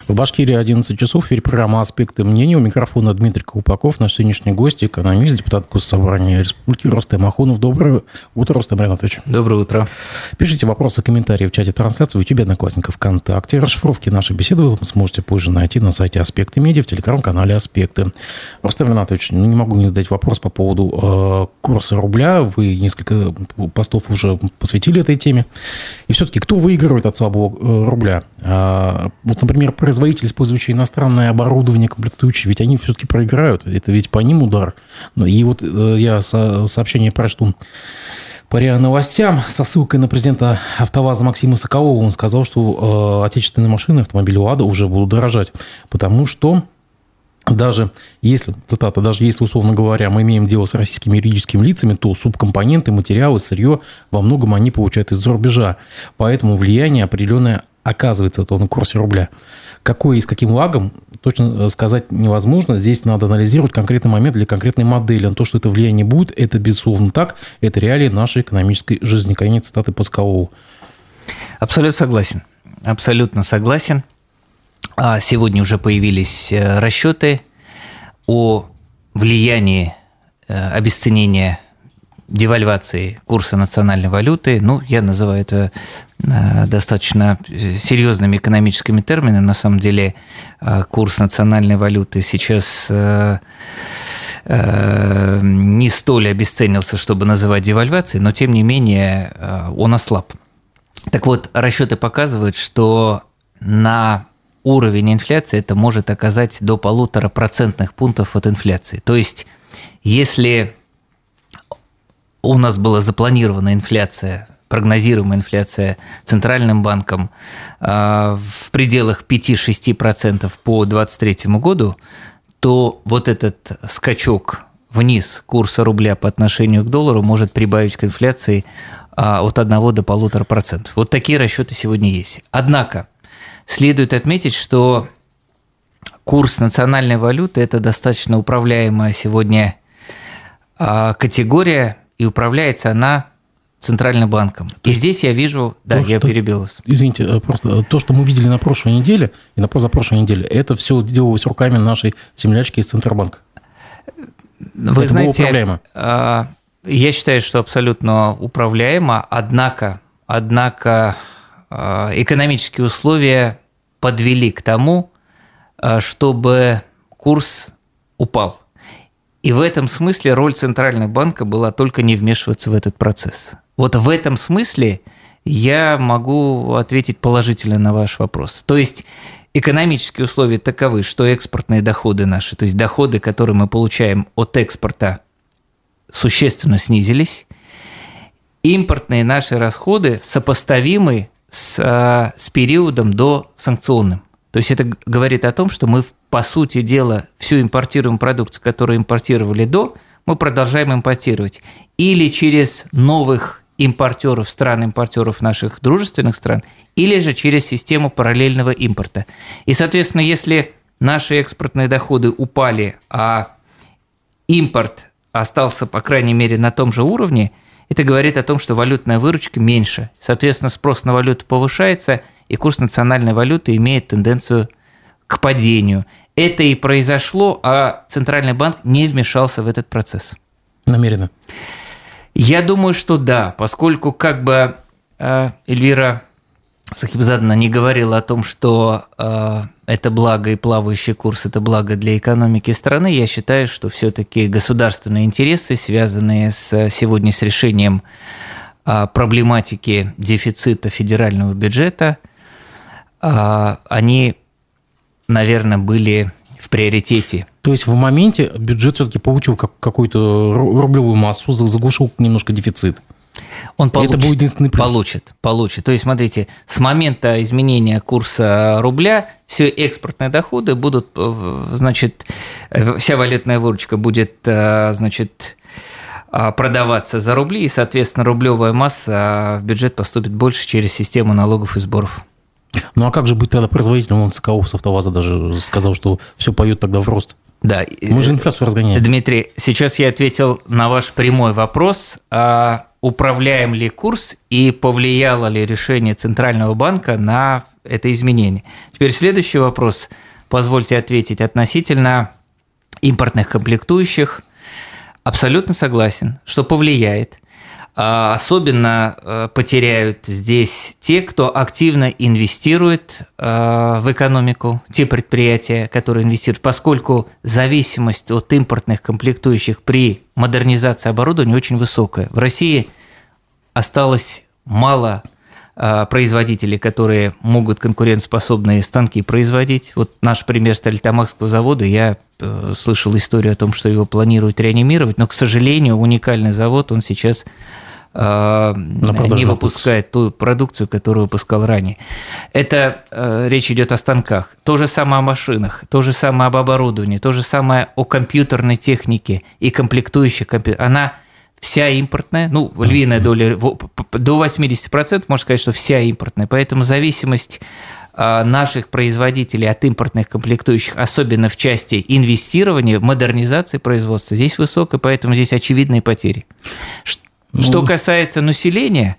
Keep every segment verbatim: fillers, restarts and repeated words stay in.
В Башкирии одиннадцать часов. Эфир программа «Аспекты мнений». У микрофона Дмитрий Колпаков. Наш сегодняшний гость, экономист, депутат Госсобрания Республики Рустем Ахунов. Доброе утро, Рустем Ринатович. Доброе утро. Пишите вопросы, комментарии в чате трансляции в YouTube, Одноклассников, ВКонтакте. Расшифровки нашей беседы вы сможете позже найти на сайте «Аспекты медиа», в телеграм-канале «Аспекты». Рустем Ринатович, не могу не задать вопрос по поводу э, курса рубля. Вы несколько постов уже посвятили этой теме. И все-таки кто выигрывает от слабого э, рубля? А, вот, например, производители, использующие иностранное оборудование, комплектующие, ведь они все-таки проиграют. Это ведь по ним удар. И вот э, я со, сообщение прочту по РИА Новостям со ссылкой на президента АвтоВАЗа Максима Соколова. Он сказал, что э, отечественные машины, автомобили ЛАДа уже будут дорожать, потому что даже если, цитата, даже если, условно говоря, мы имеем дело с российскими юридическими лицами, то субкомпоненты, материалы, сырье во многом они получают из-за рубежа. Поэтому влияние определенное оказывается то на курсе рубля. Какой и с каким лагом, точно сказать невозможно. Здесь надо анализировать конкретный момент для конкретной модели. Но то, что это влияние будет, это безусловно так. Это реалии нашей экономической жизни. Конец цитаты по Соколову. Абсолютно согласен. Абсолютно согласен. Сегодня уже появились расчеты о влиянии обесценения, девальвации курса национальной валюты. Ну, я называю это достаточно серьезными экономическими терминами. На самом деле курс национальной валюты сейчас не столь обесценился, чтобы называть девальвацией, но тем не менее он ослаб. Так вот, расчеты показывают, что на уровень инфляции это может оказать до полутора процентных пунктов от инфляции. То есть, если у нас была запланирована инфляция, прогнозируемая инфляция Центральным банком в пределах пять-шесть процентов по двадцать третьему году, то вот этот скачок вниз курса рубля по отношению к доллару может прибавить к инфляции от одного до полутора процентов. Вот такие расчеты сегодня есть. Однако, следует отметить, что курс национальной валюты – это достаточно управляемая сегодня категория, и управляется она Центральным банком. И здесь я вижу… Да, то, я что, перебил вас. Извините, просто то, что мы видели на прошлой неделе и на позапрошлой неделе, это все делалось руками нашей землячки из Центробанка. Вы это знаете, было управляемо. Я считаю, что абсолютно управляемо, однако, однако экономические условия подвели к тому, чтобы курс упал. И в этом смысле роль Центрального банка была только не вмешиваться в этот процесс. Вот в этом смысле я могу ответить положительно на ваш вопрос. То есть экономические условия таковы, что экспортные доходы наши, то есть доходы, которые мы получаем от экспорта, существенно снизились. Импортные наши расходы сопоставимы с, с периодом до санкционным. То есть это говорит о том, что мы, по сути дела, всю импортируемую продукцию, которую импортировали до, мы продолжаем импортировать. Или через новых импортеров, стран-импортеров наших дружественных стран, или же через систему параллельного импорта. И, соответственно, если наши экспортные доходы упали, а импорт остался, по крайней мере, на том же уровне, это говорит о том, что валютная выручка меньше. Соответственно, спрос на валюту повышается, и курс национальной валюты имеет тенденцию к падению. Это и произошло, а Центральный банк не вмешался в этот процесс. Намеренно? Я думаю, что да, поскольку как бы Эльвира Сахибзадовна не говорила о том, что это благо и плавающий курс – это благо для экономики страны, я считаю, что все-таки государственные интересы, связанные с, сегодня с решением проблематики дефицита федерального бюджета, они, наверное, были в приоритете. То есть в моменте бюджет все-таки получил какую-то рублевую массу, заглушил немножко дефицит. Он получит, это будет единственный плюс. Получит, получит. То есть, смотрите, с момента изменения курса рубля все экспортные доходы будут, значит, вся валютная выручка будет, значит, продаваться за рубли, и, соответственно, рублевая масса в бюджет поступит больше через систему налогов и сборов. Ну, а как же быть тогда производителем? Он Соколов с АвтоВАЗа даже сказал, что все поет тогда в рост. Да. Мы же инфляцию разгоняем. Дмитрий, сейчас я ответил на ваш прямой вопрос. А управляем ли курс и повлияло ли решение Центрального банка на это изменение. Теперь следующий вопрос, позвольте ответить, относительно импортных комплектующих. Абсолютно согласен, что повлияет. Особенно потеряют здесь те, кто активно инвестирует в экономику, те предприятия, которые инвестируют, поскольку зависимость от импортных комплектующих при модернизации оборудования очень высокая. В России осталось мало производителей, которые могут конкурентоспособные станки производить. Вот наш пример Сталелитамакского завода, я слышал историю о том, что его планируют реанимировать, но, к сожалению, уникальный завод, он сейчас не выпускает ту продукцию, которую выпускал ранее. Это э, речь идет о станках. То же самое о машинах, то же самое об оборудовании, то же самое о компьютерной технике и комплектующих компьютеров. Она вся импортная, ну, львиная доля, до восемьдесят процентов, можно сказать, что вся импортная. Поэтому зависимость э, наших производителей от импортных комплектующих, особенно в части инвестирования, модернизации производства, здесь высокая, поэтому здесь очевидные потери. Что касается населения,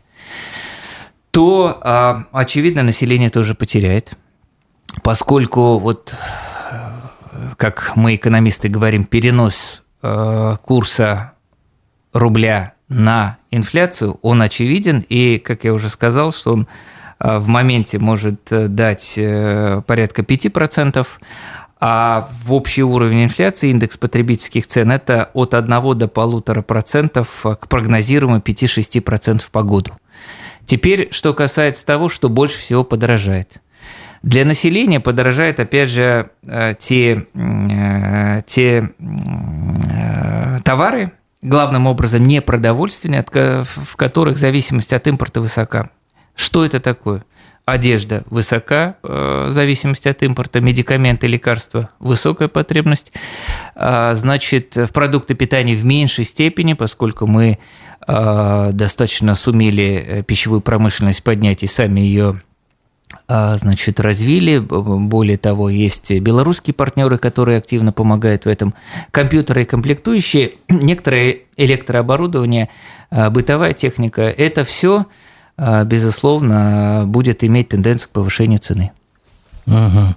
то, очевидно, население тоже потеряет, поскольку, вот, как мы, экономисты, говорим, перенос курса рубля на инфляцию, он очевиден, и, как я уже сказал, что он в моменте может дать порядка пяти процентов, а в общий уровень инфляции, индекс потребительских цен, это от одного до полутора процентов к прогнозируемым пяти-шести процентов по году. Теперь, что касается того, что больше всего подорожает. Для населения подорожают, опять же, те, те товары, главным образом непродовольственные, в которых зависимость от импорта высока. Что это такое? Одежда высока, зависимость от импорта, медикаменты, лекарства, высокая потребность. Значит, в продукты питания в меньшей степени, поскольку мы достаточно сумели пищевую промышленность поднять и сами ее, значит, развили. Более того, есть белорусские партнеры, которые активно помогают в этом. Компьютеры и комплектующие, некоторое электрооборудование, бытовая техника – это все, безусловно, будет иметь тенденцию к повышению цены. Ага.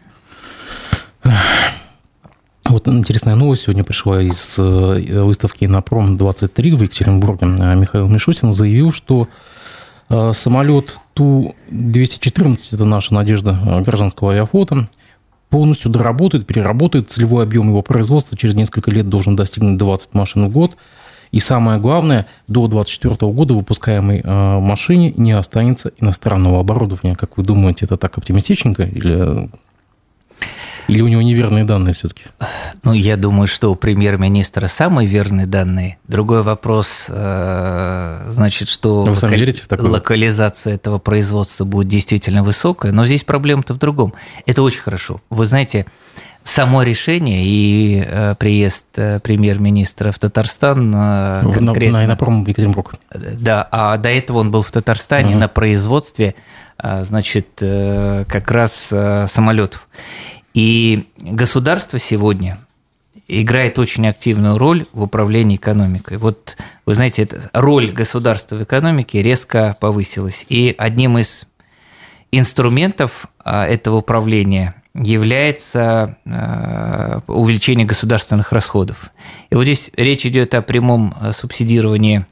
Вот интересная новость сегодня пришла из выставки «Иннопром двадцать три» в Екатеринбурге. Михаил Мишустин заявил, что самолет Ту двести четырнадцать, это наша надежда гражданского авиафлота, полностью доработает, переработает. Целевой объем его производства через несколько лет должен достигнуть двадцать машин в год. И самое главное, до двадцать четвёртого года в выпускаемой э, машине не останется иностранного оборудования. Как вы думаете, это так оптимистичненько? Или, или у него неверные данные все-таки? Ну, я думаю, что у премьер-министра самые верные данные. Другой вопрос, э, значит, что вы сами верите в такое? Локализация этого производства будет действительно высокая. Но здесь проблема-то в другом. Это очень хорошо. Вы знаете, само решение и э, приезд э, премьер-министра в Татарстан э, конкретно... На Иннопром в Екатеринбург. Да, а до этого он был в Татарстане uh-huh. на производстве, э, значит, э, как раз э, самолетов. И государство сегодня играет очень активную роль в управлении экономикой. Вот, вы знаете, это, роль государства в экономике резко повысилась. И одним из инструментов э, этого управления является увеличение государственных расходов. И вот здесь речь идет о прямом субсидировании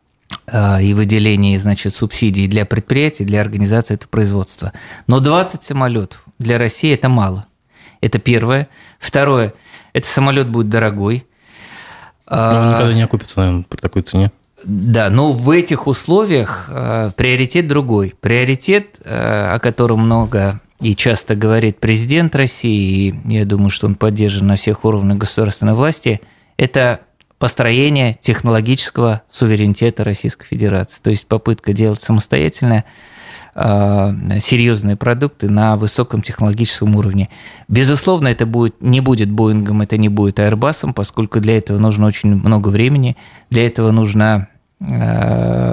и выделении, значит, субсидий для предприятий, для организации этого производства. Но двадцать самолетов для России – это мало. Это первое. Второе – это самолет будет дорогой. Он никогда не окупится, наверное, при такой цене. Да, но в этих условиях приоритет другой. Приоритет, о котором много и часто говорит президент России, и я думаю, что он поддержан на всех уровнях государственной власти, это построение технологического суверенитета Российской Федерации. То есть попытка делать самостоятельно серьезные продукты на высоком технологическом уровне. Безусловно, это будет, не будет Боингом, это не будет Airbus'ом, поскольку для этого нужно очень много времени, для этого нужно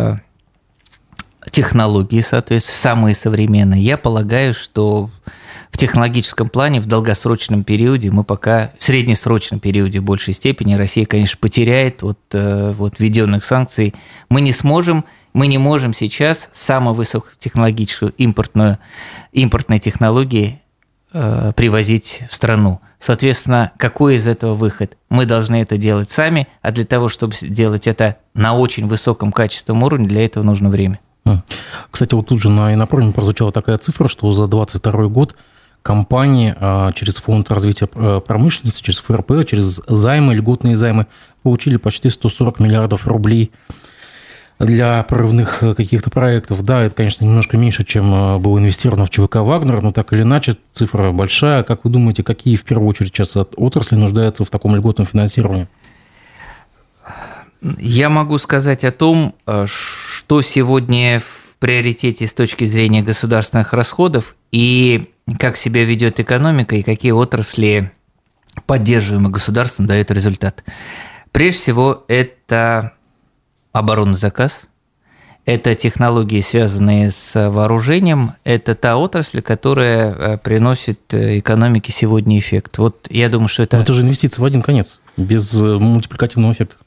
технологии, соответственно, самые современные. Я полагаю, что в технологическом плане, в долгосрочном периоде мы пока, в среднесрочном периоде в большей степени Россия, конечно, потеряет от, от введенных санкций. Мы не сможем, мы не можем сейчас самую высокотехнологическую импортную, импортные технологии э, привозить в страну. Соответственно, какой из этого выход? Мы должны это делать сами, а для того, чтобы делать это на очень высоком качественном уровне, для этого нужно время. Кстати, вот тут же на Инопроме прозвучала такая цифра, что за двадцать второй год компании а, через Фонд развития промышленности, через эф эр пэ, через займы, льготные займы получили почти сто сорок миллиардов рублей для прорывных каких-то проектов. Да, это, конечно, немножко меньше, чем было инвестировано в ЧВК «Вагнер», но так или иначе цифра большая. Как вы думаете, какие в первую очередь сейчас отрасли нуждаются в таком льготном финансировании? Я могу сказать о том, что сегодня в приоритете с точки зрения государственных расходов и как себя ведет экономика и какие отрасли, поддерживаемые государством, дают результат. Прежде всего, это оборонный заказ, это технологии, связанные с вооружением, это та отрасль, которая приносит экономике сегодня эффект. Вот я думаю, что это... Но это же инвестиции в один конец, без мультипликативного эффекта.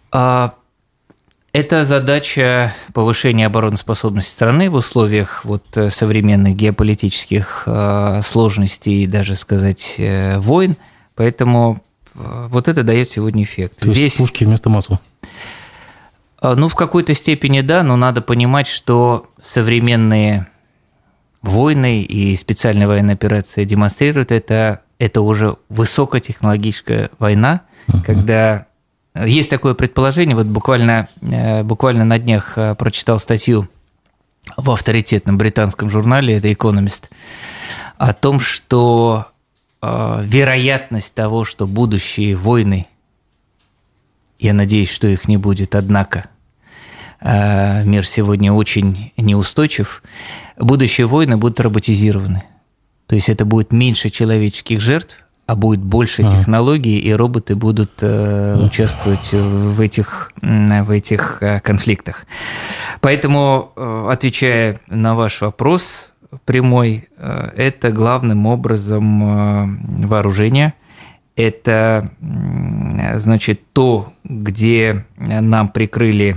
Это задача повышения обороноспособности страны в условиях вот современных геополитических сложностей, даже сказать, войн. Поэтому вот это дает сегодня эффект. То есть Здесь пушки вместо масла? Ну, в какой-то степени да, но надо понимать, что современные войны и специальная военная операция демонстрируют это. Это уже высокотехнологическая война, uh-huh. когда... Есть такое предположение, вот буквально, буквально на днях прочитал статью в авторитетном британском журнале «The Economist» о том, что вероятность того, что будущие войны, я надеюсь, что их не будет, однако мир сегодня очень неустойчив, будущие войны будут роботизированы. То есть это будет меньше человеческих жертв, а будет больше а. технологий, и роботы будут э, участвовать в этих, в этих э, конфликтах. Поэтому, э, отвечая на ваш вопрос прямой, э, это главным образом э, вооружение. Это, э, значит, то, где нам прикрыли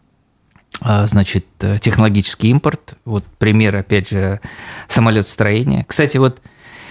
э, значит, технологический импорт. Вот пример, опять же, самолетостроения. Кстати, вот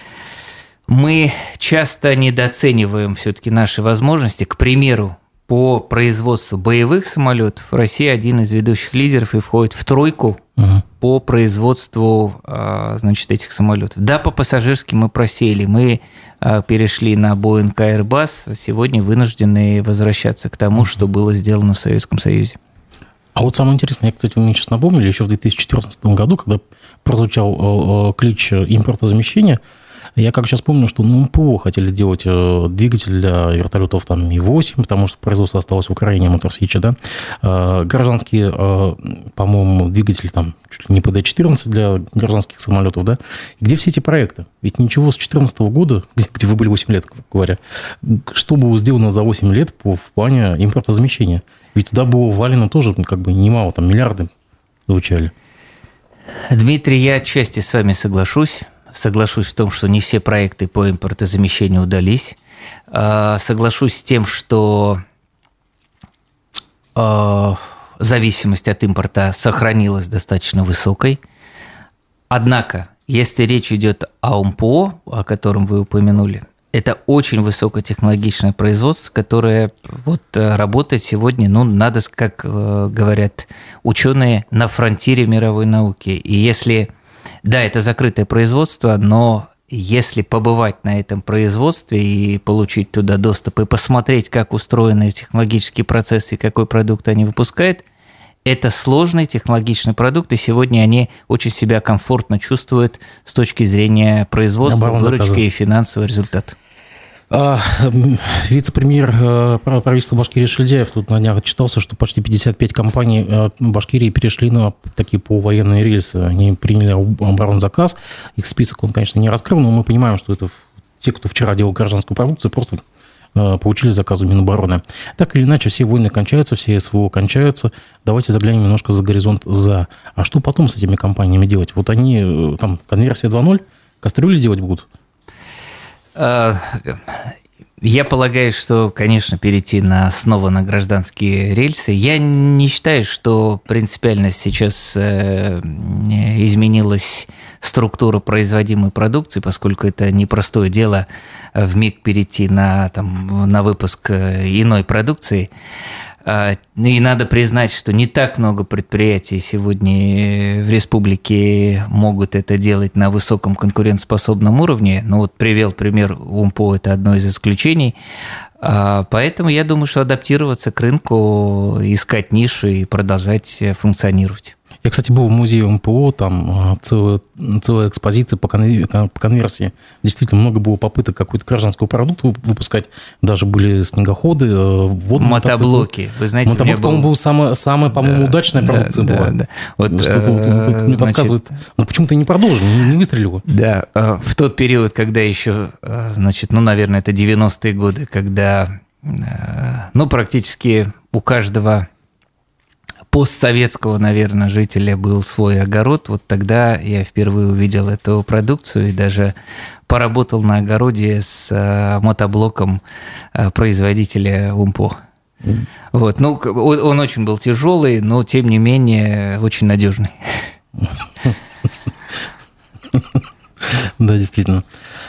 мы часто недооцениваем все-таки наши возможности. К примеру, по производству боевых самолетов Россия один из ведущих лидеров и входит в тройку uh-huh. по производству, значит, этих самолетов. Да, по пассажирским мы просели, мы перешли на Boeing Airbus, сегодня вынуждены возвращаться к тому, uh-huh. что было сделано в Советском Союзе. А вот самое интересное, я, кстати, вы мне сейчас напомнили, еще в две тысячи четырнадцатом году, когда прозвучал клич импортозамещения, я как сейчас помню, что на эм пэ о хотели делать двигатель для вертолетов там Ми восемь, потому что производство осталось в Украине, Моторсичи, да. Гражданские, по-моему, двигатели там чуть ли не пэ дэ четырнадцать для гражданских самолетов, да. Где все эти проекты? Ведь ничего с две тысячи четырнадцатого года, где вы были восемь лет, как говоря, что было сделано за восемь лет по, в плане импортозамещения? Ведь туда было ввалено тоже как бы немало, там миллиарды звучали. Дмитрий, я отчасти с вами соглашусь. Соглашусь в том, что не все проекты по импортозамещению удались. Соглашусь с тем, что зависимость от импорта сохранилась достаточно высокой. Однако, если речь идет о эм пэ о, о котором вы упомянули, это очень высокотехнологичное производство, которое вот работает сегодня, ну, надо, как говорят ученые, на фронтире мировой науки. И если... Да, это закрытое производство, но если побывать на этом производстве и получить туда доступ и посмотреть, как устроены технологические процессы и какой продукт они выпускают, это сложный технологичный продукт, и сегодня они очень себя комфортно чувствуют с точки зрения производства, выручки и финансового результата. Вице-премьер правительства Башкирии Шильдяев тут на днях отчитался, что почти пятьдесят пять компаний Башкирии перешли на такие полувоенные рельсы. Они приняли оборонзаказ. Их список он, конечно, не раскрыл, но мы понимаем, что это те, кто вчера делал гражданскую продукцию, просто получили заказы Минобороны. Так или иначе, все войны кончаются, все СВО кончаются. Давайте заглянем немножко за горизонт «за». А что потом с этими компаниями делать? Вот они, там, конверсия два ноль, Кастрюли делать будут? Я полагаю, что, конечно, перейти на, снова на гражданские рельсы. Я не считаю, что принципиально сейчас изменилась структура производимой продукции, поскольку это непростое дело вмиг перейти на, там, на выпуск иной продукции. И надо признать, что не так много предприятий сегодня в республике могут это делать на высоком конкурентоспособном уровне. Ну вот привел пример УМПО, это одно из исключений. Поэтому я думаю, что адаптироваться к рынку, искать ниши и продолжать функционировать. Я, кстати, был в музее МПО, там целая, целая экспозиция по, конвер... по конверсии. Действительно, много было попыток какую-то гражданскую продукцию выпускать. Даже были снегоходы, водные мотоблоки. мотоциклы. Вы знаете, мотоблок, был... по-моему, был самая, самая по-моему, да, удачная продукция да, была. Да, да. Вот, ну, что-то вот, вот, мне подсказывает. Но почему-то не продолжил, не, не выстрелил. Да, в тот период, когда еще, значит, ну, наверное, это девяностые годы, когда, ну, практически у каждого постсоветского, наверное, жителя был свой огород. Вот тогда я впервые увидел эту продукцию и даже поработал на огороде с мотоблоком производителя УМПО. Mm. Вот. Ну, он очень был тяжелый, но, тем не менее, очень надежный. Да, действительно.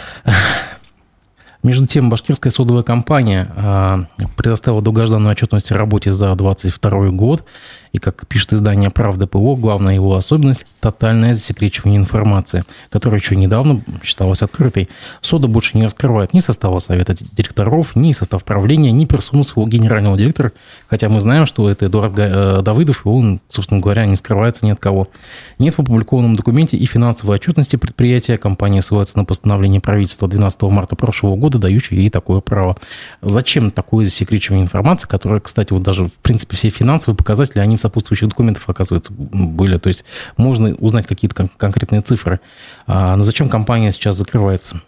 Между тем, башкирская содовая компания предоставила долгожданную отчетность о работе за двадцать второй год. И, как пишет издание «Правда ПО», главная его особенность – тотальное засекречивание информации, которая еще недавно считалась открытой. Сода больше не раскрывает ни состава совета директоров, ни состав правления, ни персону своего генерального директора, хотя мы знаем, что это Эдуард Давыдов, и он, собственно говоря, не скрывается ни от кого. Нет в опубликованном документе и финансовой отчетности предприятия. Компания ссылается на постановление правительства двенадцатого марта прошлого года, дающее ей такое право. Зачем такое засекречивание информации, которая, кстати, вот даже, в принципе, все финансовые показатели, они в сопутствующих документах, оказывается, были. То есть можно узнать какие-то кон- конкретные цифры. А, но зачем компания сейчас закрывается?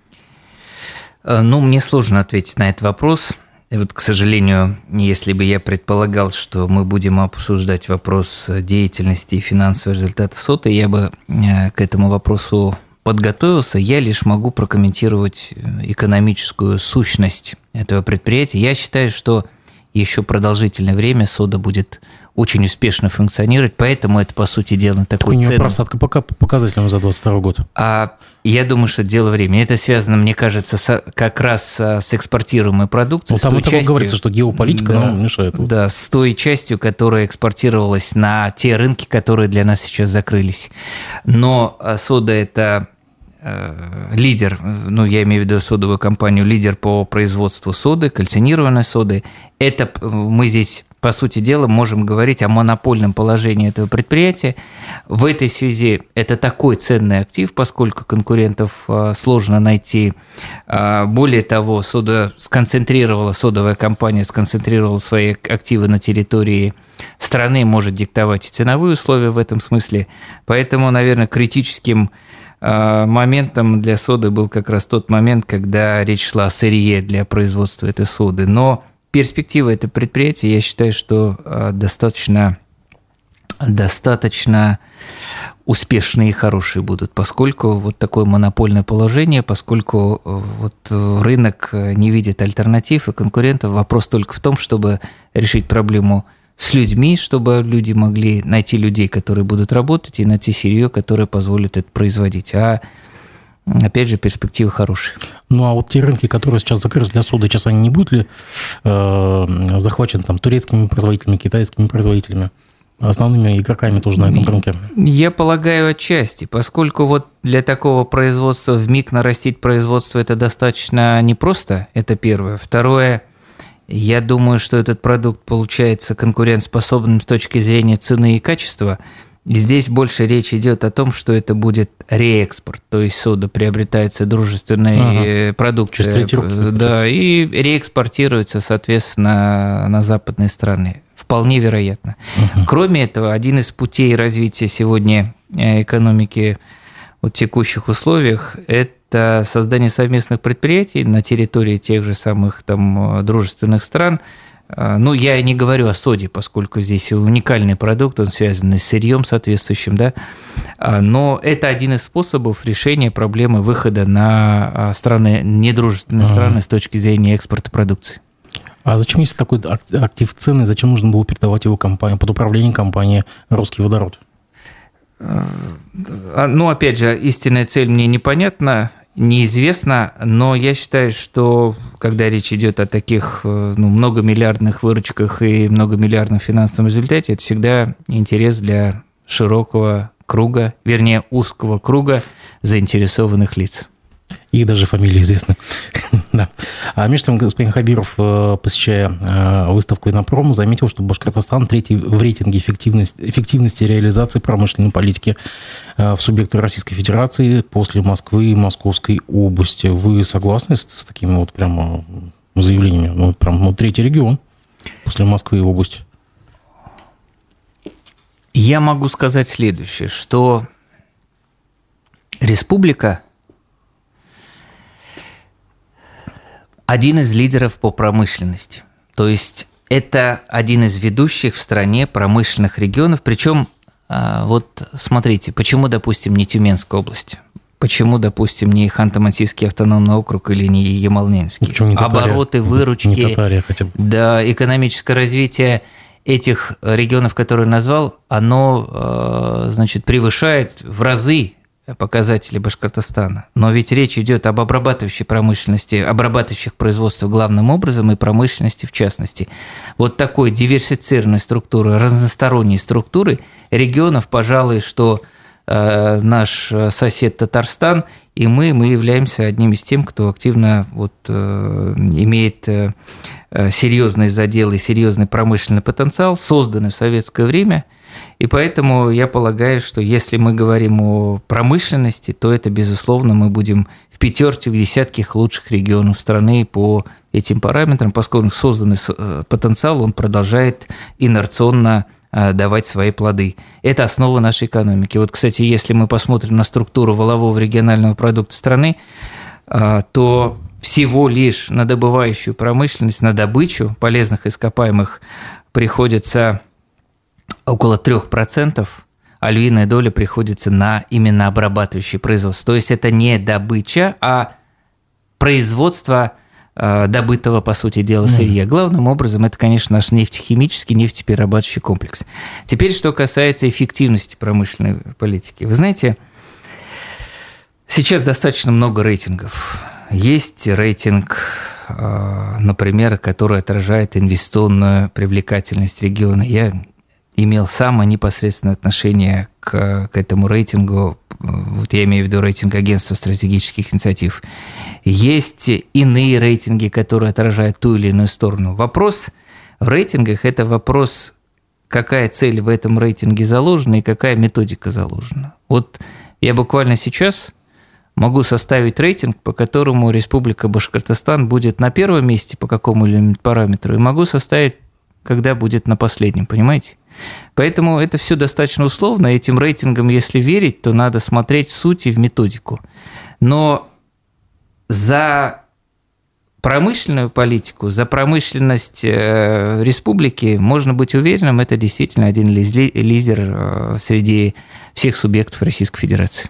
Ну, мне сложно ответить на этот вопрос. И вот, к сожалению, если бы я предполагал, что мы будем обсуждать вопрос деятельности и финансового результата СОТы, я бы к этому вопросу подготовился. Я лишь могу прокомментировать экономическую сущность этого предприятия. Я считаю, что еще продолжительное время сода будет очень успешно функционировать, поэтому это, по сути дела, такой ценный... У нее просадка по показателям за двадцать второй год. А я думаю, что это дело времени. Это связано, мне кажется, с, как раз с экспортируемой продукцией. Ну, там это частью, говорится, что геополитика да, нам мешает. Да, с той частью, которая экспортировалась на те рынки, которые для нас сейчас закрылись. Но сода – это лидер, ну, я имею в виду содовую компанию, лидер по производству соды, кальцинированной соды. Это мы здесь, по сути дела, можем говорить о монопольном положении этого предприятия. В этой связи это такой ценный актив, поскольку конкурентов сложно найти. Более того, сода сконцентрировала, содовая компания сконцентрировала свои активы на территории страны, может диктовать и ценовые условия в этом смысле. Поэтому, наверное, критическим моментом для соды был как раз тот момент, когда речь шла о сырье для производства этой соды. Но перспективы этого предприятия, я считаю, что достаточно, достаточно успешные и хорошие будут, поскольку вот такое монопольное положение, поскольку вот рынок не видит альтернатив и конкурентов. Вопрос только в том, чтобы решить проблему с людьми, чтобы люди могли найти людей, которые будут работать, и найти сырье, которое позволит это производить. А, опять же, перспективы хорошие. Ну, а вот те рынки, которые сейчас закрыты для соды, сейчас они не будут ли э, захвачены там турецкими производителями, китайскими производителями, основными игроками тоже на этом рынке? Я полагаю, отчасти, поскольку вот для такого производства вмиг нарастить производство это достаточно непросто, это первое. Второе, я думаю, что этот продукт получается конкурентоспособным с точки зрения цены и качества. И здесь больше речь идет о том, что это будет реэкспорт, то есть сода приобретается дружественной ага. продукцией, да, и реэкспортируется, соответственно, на западные страны. Вполне вероятно. Ага. Кроме этого, один из путей развития сегодня экономики в текущих условиях – это создание совместных предприятий на территории тех же самых там дружественных стран, Ну, я не говорю о соде, поскольку здесь уникальный продукт, он связан с сырьем соответствующим, да, но это один из способов решения проблемы выхода на страны, недружественные ага. страны с точки зрения экспорта продукции. А зачем, если такой актив ценный, зачем нужно было передавать его компании, под управление компании «Русский водород»? Ну, опять же, истинная цель мне непонятна, неизвестна, но я считаю, что когда речь идет о таких ну, многомиллиардных выручках и многомиллиардном финансовом результате, это всегда интерес для широкого круга, вернее, узкого круга заинтересованных лиц. Их даже фамилии известны. Да. А между тем, господин Хабиров, посещая выставку «Инопром», заметил, что Башкортостан третий в рейтинге эффективности, эффективности реализации промышленной политики в субъекте Российской Федерации после Москвы и Московской области. Вы согласны с, с такими вот прямо заявлениями? Ну, прям ну, третий регион после Москвы и области. Я могу сказать следующее, что республика один из лидеров по промышленности. То есть это один из ведущих в стране промышленных регионов. Причем, вот смотрите, почему, допустим, не Тюменская область? Почему, допустим, не Ханты-Мансийский автономный округ или не Ямал-Ненецкий? Не Обороты, выручки, не Татария, хотя бы. Да, экономическое развитие этих регионов, которые назвал, оно, значит, превышает в разы показатели Башкортостана. Но ведь речь идет об обрабатывающей промышленности, обрабатывающих производство главным образом и промышленности в частности. Вот такой диверсифицированной структуры, разносторонней структуры регионов, пожалуй, что э, наш сосед Татарстан и мы, мы являемся одним из тех, кто активно вот, э, имеет э, серьезные заделы, серьезный промышленный потенциал, созданный в советское время. И поэтому я полагаю, что если мы говорим о промышленности, то это, безусловно, мы будем в пятерке, в десятке лучших регионов страны по этим параметрам, поскольку созданный потенциал, он продолжает инерционно давать свои плоды. Это основа нашей экономики. Вот, кстати, если мы посмотрим на структуру валового регионального продукта страны, то всего лишь на добывающую промышленность, на добычу полезных ископаемых приходится около трех процентов, а львиная доля приходится на именно обрабатывающее производство. То есть это не добыча, а производство э, добытого, по сути дела, сырья. Главным образом это, конечно, наш нефтехимический, нефтеперерабатывающий комплекс. Теперь, что касается эффективности промышленной политики. Вы знаете, сейчас достаточно много рейтингов. Есть рейтинг, э, например, который отражает инвестиционную привлекательность региона. Я имел самое непосредственное отношение к, к этому рейтингу, вот я имею в виду рейтинг Агентства стратегических инициатив. Есть иные рейтинги, которые отражают ту или иную сторону. Вопрос в рейтингах – это вопрос, какая цель в этом рейтинге заложена и какая методика заложена. Вот я буквально сейчас могу составить рейтинг, по которому Республика Башкортостан будет на первом месте по какому-либо параметру, и могу составить, когда будет на последнем, понимаете? Поэтому это все достаточно условно. Этим рейтингам, если верить, то надо смотреть в суть и в методику. Но за промышленную политику, за промышленность республики можно быть уверенным, это действительно один лидер среди всех субъектов Российской Федерации.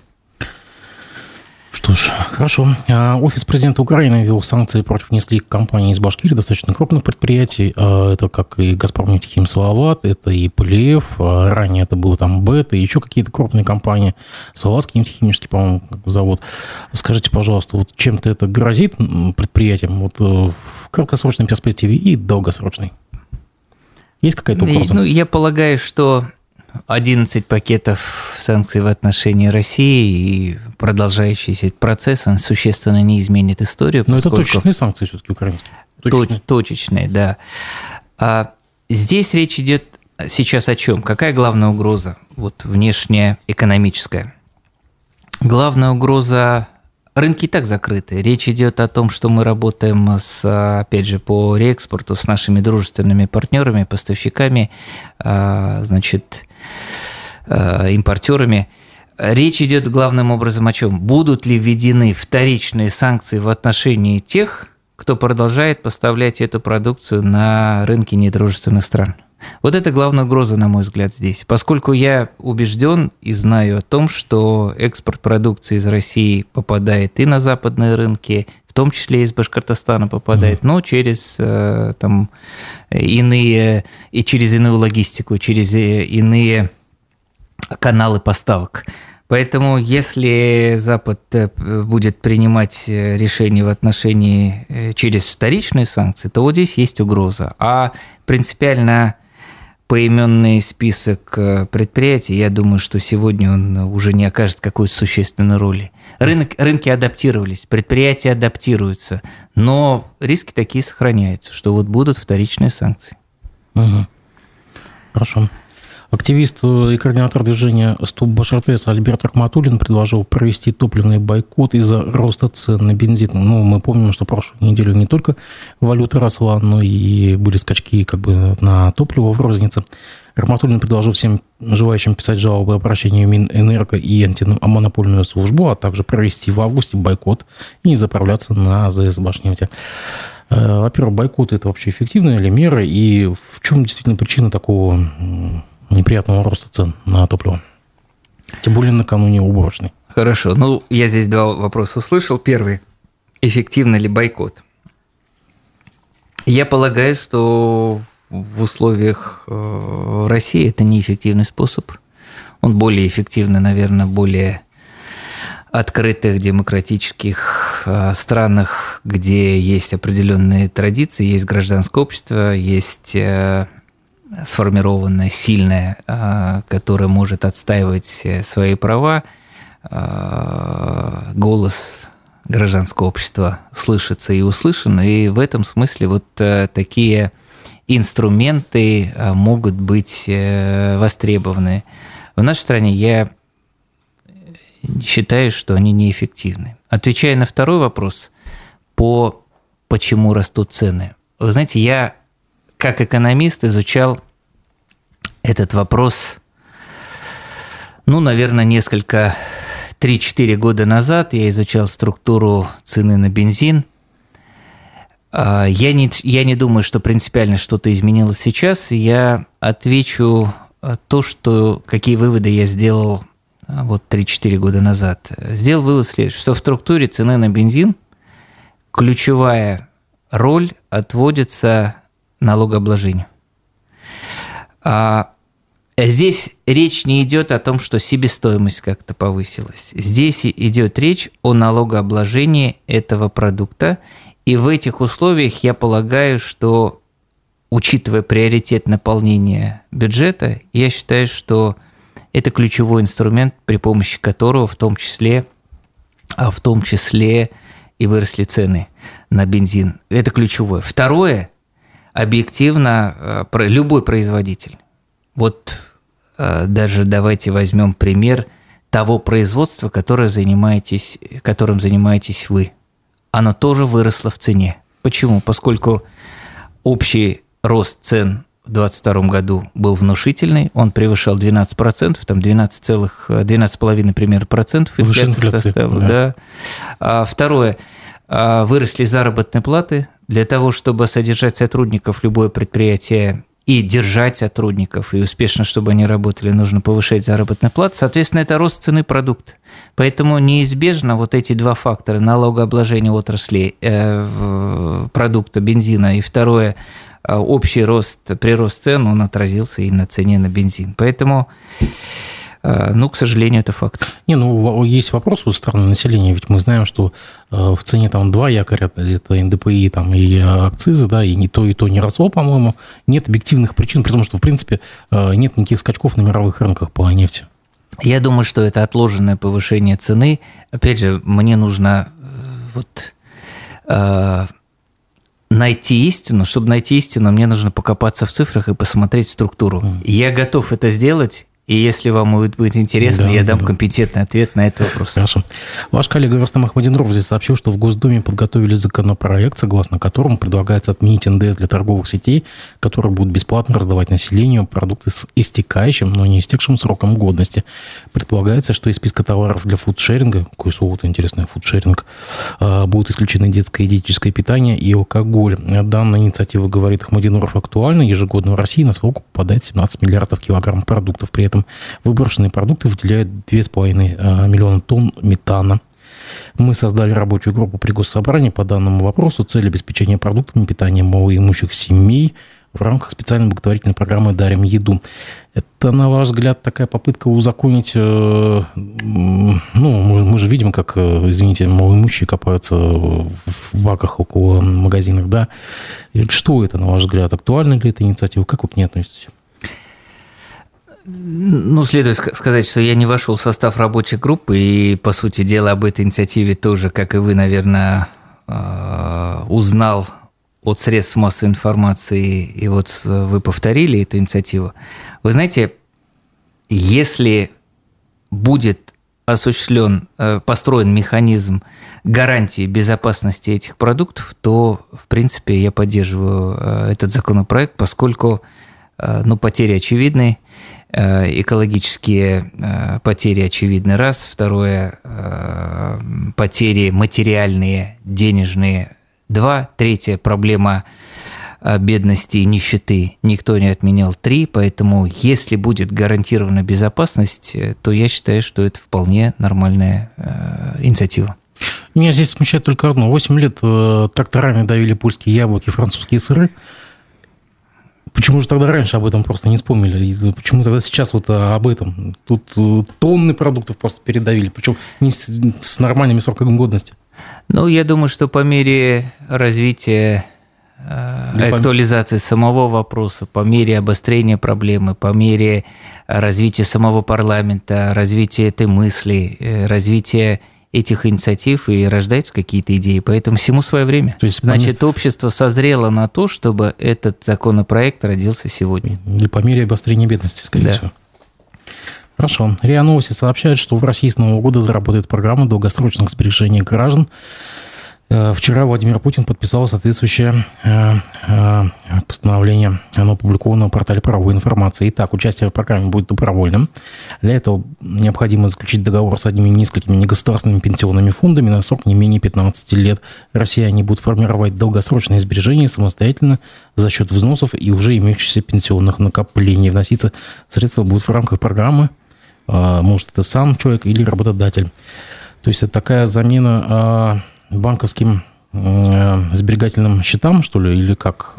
Что ж, хорошо. Офис президента Украины ввел санкции против нескольких компаний из Башкирии, достаточно крупных предприятий. Это как и «Газпром нефтехим Салават», это и ПЛФ, ранее это был там БЭТ, и еще какие-то крупные компании, Салаватский нефтехимический, по-моему, завод. Скажите, пожалуйста, вот чем-то это грозит предприятиям вот в краткосрочной перспективе и долгосрочной? Есть какая-то угроза? Ну, я полагаю, что одиннадцать пакетов санкций в отношении России и продолжающийся этот процесс, он существенно не изменит историю. Но поскольку... это точечные санкции все-таки украинские. Точечные, точечные, да. А здесь речь идет сейчас о чем? Какая главная угроза? Вот внешняя, экономическая. Главная угроза... Рынки и так закрыты. Речь идет о том, что мы работаем, с, опять же, по реэкспорту с нашими дружественными партнерами, поставщиками, значит, импортерами. Речь идет главным образом о чем? Будут ли введены вторичные санкции в отношении тех, кто продолжает поставлять эту продукцию на рынки недружественных стран. Вот это главная угроза, на мой взгляд, здесь. Поскольку я убежден и знаю о том, что экспорт продукции из России попадает и на западные рынки, в том числе из Башкортостана попадает, mm-hmm. но через там, иные, и через иную логистику, через иные каналы поставок. Поэтому если Запад будет принимать решения в отношении через вторичные санкции, то вот здесь есть угроза. А принципиально поименный список предприятий, я думаю, что сегодня он уже не окажет какой-то существенной роли. Рынок, рынки адаптировались, предприятия адаптируются, но риски такие сохраняются, что вот будут вторичные санкции. Угу. Хорошо. Активист и координатор движения «Стоп Башартес» Альберт Рахматуллин предложил провести топливный бойкот из-за роста цен на бензин. Ну, мы помним, что прошлую неделю не только валюта росла, но и были скачки как бы на топливо в рознице. Рахматуллин предложил всем желающим писать жалобы и обращения в Минэнерго и антимонопольную службу, а также провести в августе бойкот и не заправляться на АЗС «Башнефть». Во-первых, бойкот – это вообще эффективная ли мера, и в чем действительно причина такого неприятного роста цен на топливо? Тем более накануне уборочной. Хорошо. Ну, я здесь два вопроса услышал. Первый. Эффективный ли бойкот? Я полагаю, что в условиях России это неэффективный способ. Он более эффективный, наверное, более открытых демократических странах, где есть определенные традиции, есть гражданское общество, есть сформированное, сильное, которое может отстаивать свои права, голос гражданского общества слышится и услышан, и в этом смысле вот такие инструменты могут быть востребованы. В нашей стране я считаю, что они неэффективны. Отвечая на второй вопрос, по почему растут цены. Вы знаете, я как экономист изучал этот вопрос, ну, наверное, несколько, три-четыре года назад я изучал структуру цены на бензин. Я не, я не думаю, что принципиально что-то изменилось сейчас. Я отвечу то, что, какие выводы я сделал вот три-четыре года назад. Сделал вывод следующий, что в структуре цены на бензин ключевая роль отводится налогообложению. А здесь речь не идет о том, что себестоимость как-то повысилась. Здесь идет речь о налогообложении этого продукта. И в этих условиях я полагаю, что, учитывая приоритет наполнения бюджета, я считаю, что это ключевой инструмент, при помощи которого в том числе, а в том числе и выросли цены на бензин. Это ключевое. Второе, объективно, любой производитель. Вот даже давайте возьмем пример того производства, которое занимаетесь, которым занимаетесь вы. Оно тоже выросло в цене. Почему? Поскольку общий рост цен в двадцать втором году был внушительный, он превышал двенадцать процентов, там двенадцать целых двенадцать целых пять десятых примерно процентов инфляции составила. Да. Да. А второе, выросли заработные платы. Для того, чтобы содержать сотрудников, любое предприятие и держать сотрудников, и успешно, чтобы они работали, нужно повышать заработные платы. Соответственно, это рост цены продукта. Поэтому неизбежно вот эти два фактора – налогообложение отрасли э, продукта, бензина, и второе – общий рост, прирост цен, он отразился и на цене на бензин. Поэтому, ну, к сожалению, это факт. Не, ну, есть вопрос у страны населения, ведь мы знаем, что в цене там два якоря, это эн дэ пэ и, там, и акцизы, да, и ни то, и то не росло, по-моему. Нет объективных причин, потому что, в принципе, нет никаких скачков на мировых рынках по нефти. Я думаю, что это отложенное повышение цены. Опять же, мне нужно вот найти истину. Чтобы найти истину, мне нужно покопаться в цифрах и посмотреть структуру. Mm. Я готов это сделать, И если вам будет, будет интересно, да, я дам да. компетентный ответ на этот вопрос. Хорошо. Ваш коллега Рустам Ахмадинуров здесь сообщил, что в Госдуме подготовили законопроект, согласно которому предлагается отменить эн дэ эс для торговых сетей, которые будут бесплатно раздавать населению продукты с истекающим, но не истекшим сроком годности. Предполагается, что из списка товаров для фудшеринга, какое слово-то интересное, фудшеринг, будут исключены детское и диетическое питание и алкоголь. Данная инициатива, говорит Ахмадинуров, актуальна. Ежегодно в России на свалку попадает семнадцать миллиардов килограмм продуктов. При этом выброшенные продукты выделяют две с половиной миллиона тонн метана. Мы создали рабочую группу при Госсобрании по данному вопросу. Цель обеспечения продуктами питания малоимущих семей в рамках специальной благотворительной программы «Дарим еду». Это, на ваш взгляд, такая попытка узаконить... Ну, мы, мы же видим, как, извините, малоимущие копаются в баках около магазинов, да? Что это, на ваш взгляд? Актуальна ли эта инициатива? Как вы к ней относитесь? Ну, следует сказать, что я не вошел в состав рабочей группы, и, по сути дела, об этой инициативе тоже, как и вы, наверное, узнал от средств массовой информации, и вот вы повторили эту инициативу. Вы знаете, если будет осуществлен, построен механизм гарантии безопасности этих продуктов, то, в принципе, я поддерживаю этот законопроект, поскольку, ну, потери очевидны, экологические потери очевидны, раз. Второе, потери материальные, денежные, два. Третье, проблема бедности и нищеты никто не отменял, три. Поэтому, если будет гарантирована безопасность, то я считаю, что это вполне нормальная инициатива. Меня здесь смущает только одно. восемь лет тракторами давили польские яблоки, французские сыры. Почему же тогда раньше об этом просто не вспомнили? И почему тогда сейчас вот об этом? Тут тонны продуктов просто передавили, причем не с, с нормальными сроками годности. Ну, я думаю, что по мере развития, Или актуализации по... самого вопроса, по мере обострения проблемы, по мере развития самого парламента, развития этой мысли, развития этих инициатив, и рождаются какие-то идеи. Поэтому всему свое время. То есть, Значит, по... общество созрело на то, чтобы этот законопроект родился сегодня. Или по мере обострения бедности, скорее да. всего. Хорошо. РИА Новости сообщают, что в России с Нового года заработает программа долгосрочных сбережений граждан. Вчера Владимир Путин подписал соответствующее постановление. Оно опубликовано на портале правовой информации. Итак, участие в программе будет добровольным. Для этого необходимо заключить договор с одними несколькими негосударственными пенсионными фондами на срок не менее пятнадцати лет. Россияне будут формировать долгосрочные сбережения самостоятельно за счет взносов и уже имеющихся пенсионных накоплений. Вноситься средства будут в рамках программы. Может, это сам человек или работодатель. То есть, это такая замена банковским э, сберегательным счетам, что ли, или как?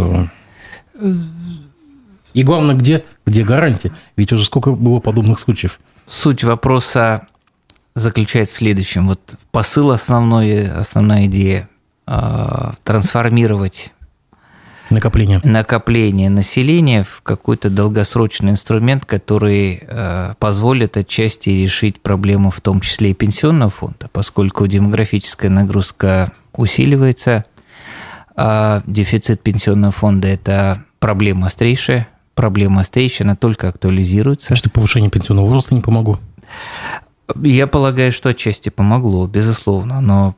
И главное, где, где гарантия? Ведь уже сколько было подобных случаев. Суть вопроса заключается в следующем. Вот посыл основной, основная идея э, трансформировать накопление. накопление населения в какой-то долгосрочный инструмент, который э, позволит отчасти решить проблему, в том числе и пенсионного фонда, поскольку демографическая нагрузка усиливается, а дефицит пенсионного фонда – это проблема острейшая, проблема острейшая, она только актуализируется. Что повышение пенсионного возраста не помогло? Я полагаю, что отчасти помогло, безусловно, но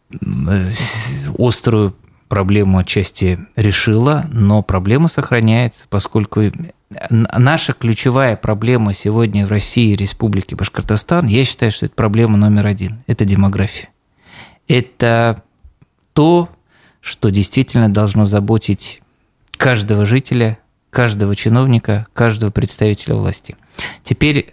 острую проблему отчасти решила, но проблема сохраняется, поскольку наша ключевая проблема сегодня в России, Республике Башкортостан, я считаю, что это проблема номер один – это демография. Это то, что действительно должно заботить каждого жителя, каждого чиновника, каждого представителя власти. Теперь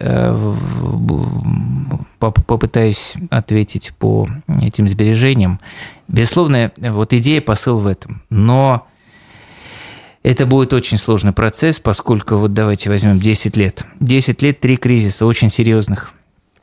попытаюсь ответить по этим сбережениям. Безусловно, вот идея, посыл в этом. Но это будет очень сложный процесс, поскольку, вот давайте возьмем десять лет. десять лет, три кризиса очень серьезных.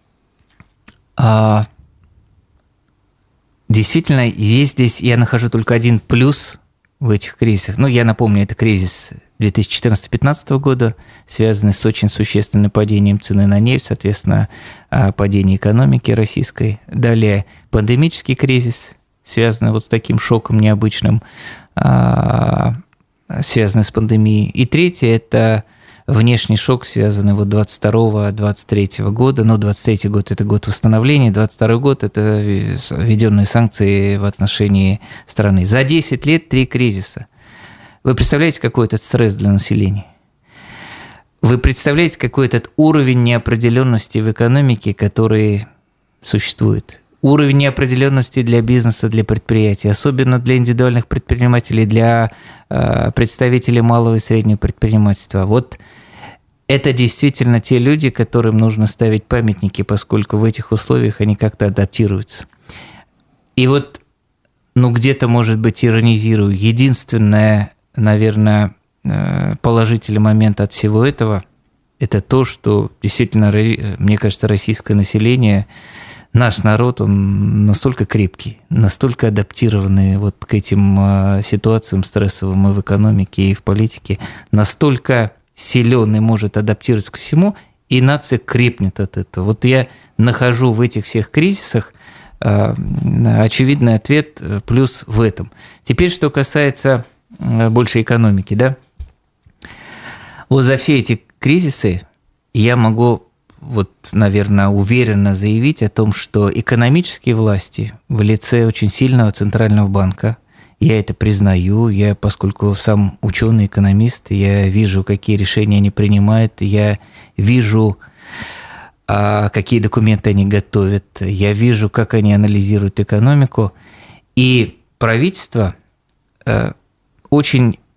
А действительно, есть здесь, я нахожу только один плюс в этих кризисах. Ну, я напомню, это кризис две тысячи четырнадцатого — две тысячи пятнадцатого года, связанный с очень существенным падением цены на нефть, соответственно, падение экономики российской. Далее пандемический кризис, связанный вот с таким шоком необычным, связанный с пандемией. И третье – это внешний шок, связанный вот двадцать второго - двадцать третьего года. Но двадцать третий год – это год восстановления, двадцать второй год – это введенные санкции в отношении страны. За десять лет три кризиса. Вы представляете, какой это стресс для населения? Вы представляете, какой этот уровень неопределенности в экономике, который существует? Уровень неопределенности для бизнеса, для предприятий, особенно для индивидуальных предпринимателей, для э, представителей малого и среднего предпринимательства. Вот это действительно те люди, которым нужно ставить памятники, поскольку в этих условиях они как-то адаптируются. И вот, ну где-то, может быть, иронизирую, единственное, наверное, положительный момент от всего этого – это то, что действительно, мне кажется, российское население, наш народ, он настолько крепкий, настолько адаптированный вот к этим ситуациям стрессовым и в экономике, и в политике, настолько силен и может адаптироваться ко всему, и нация крепнет от этого. Вот я нахожу в этих всех кризисах очевидный ответ, плюс в этом. Теперь, что касается больше экономики, да? Вот за все эти кризисы я могу, вот, наверное, уверенно заявить о том, что экономические власти в лице очень сильного центрального банка, я это признаю, я, поскольку сам ученый-экономист, я вижу, какие решения они принимают, я вижу, какие документы они готовят, я вижу, как они анализируют экономику, и правительство очень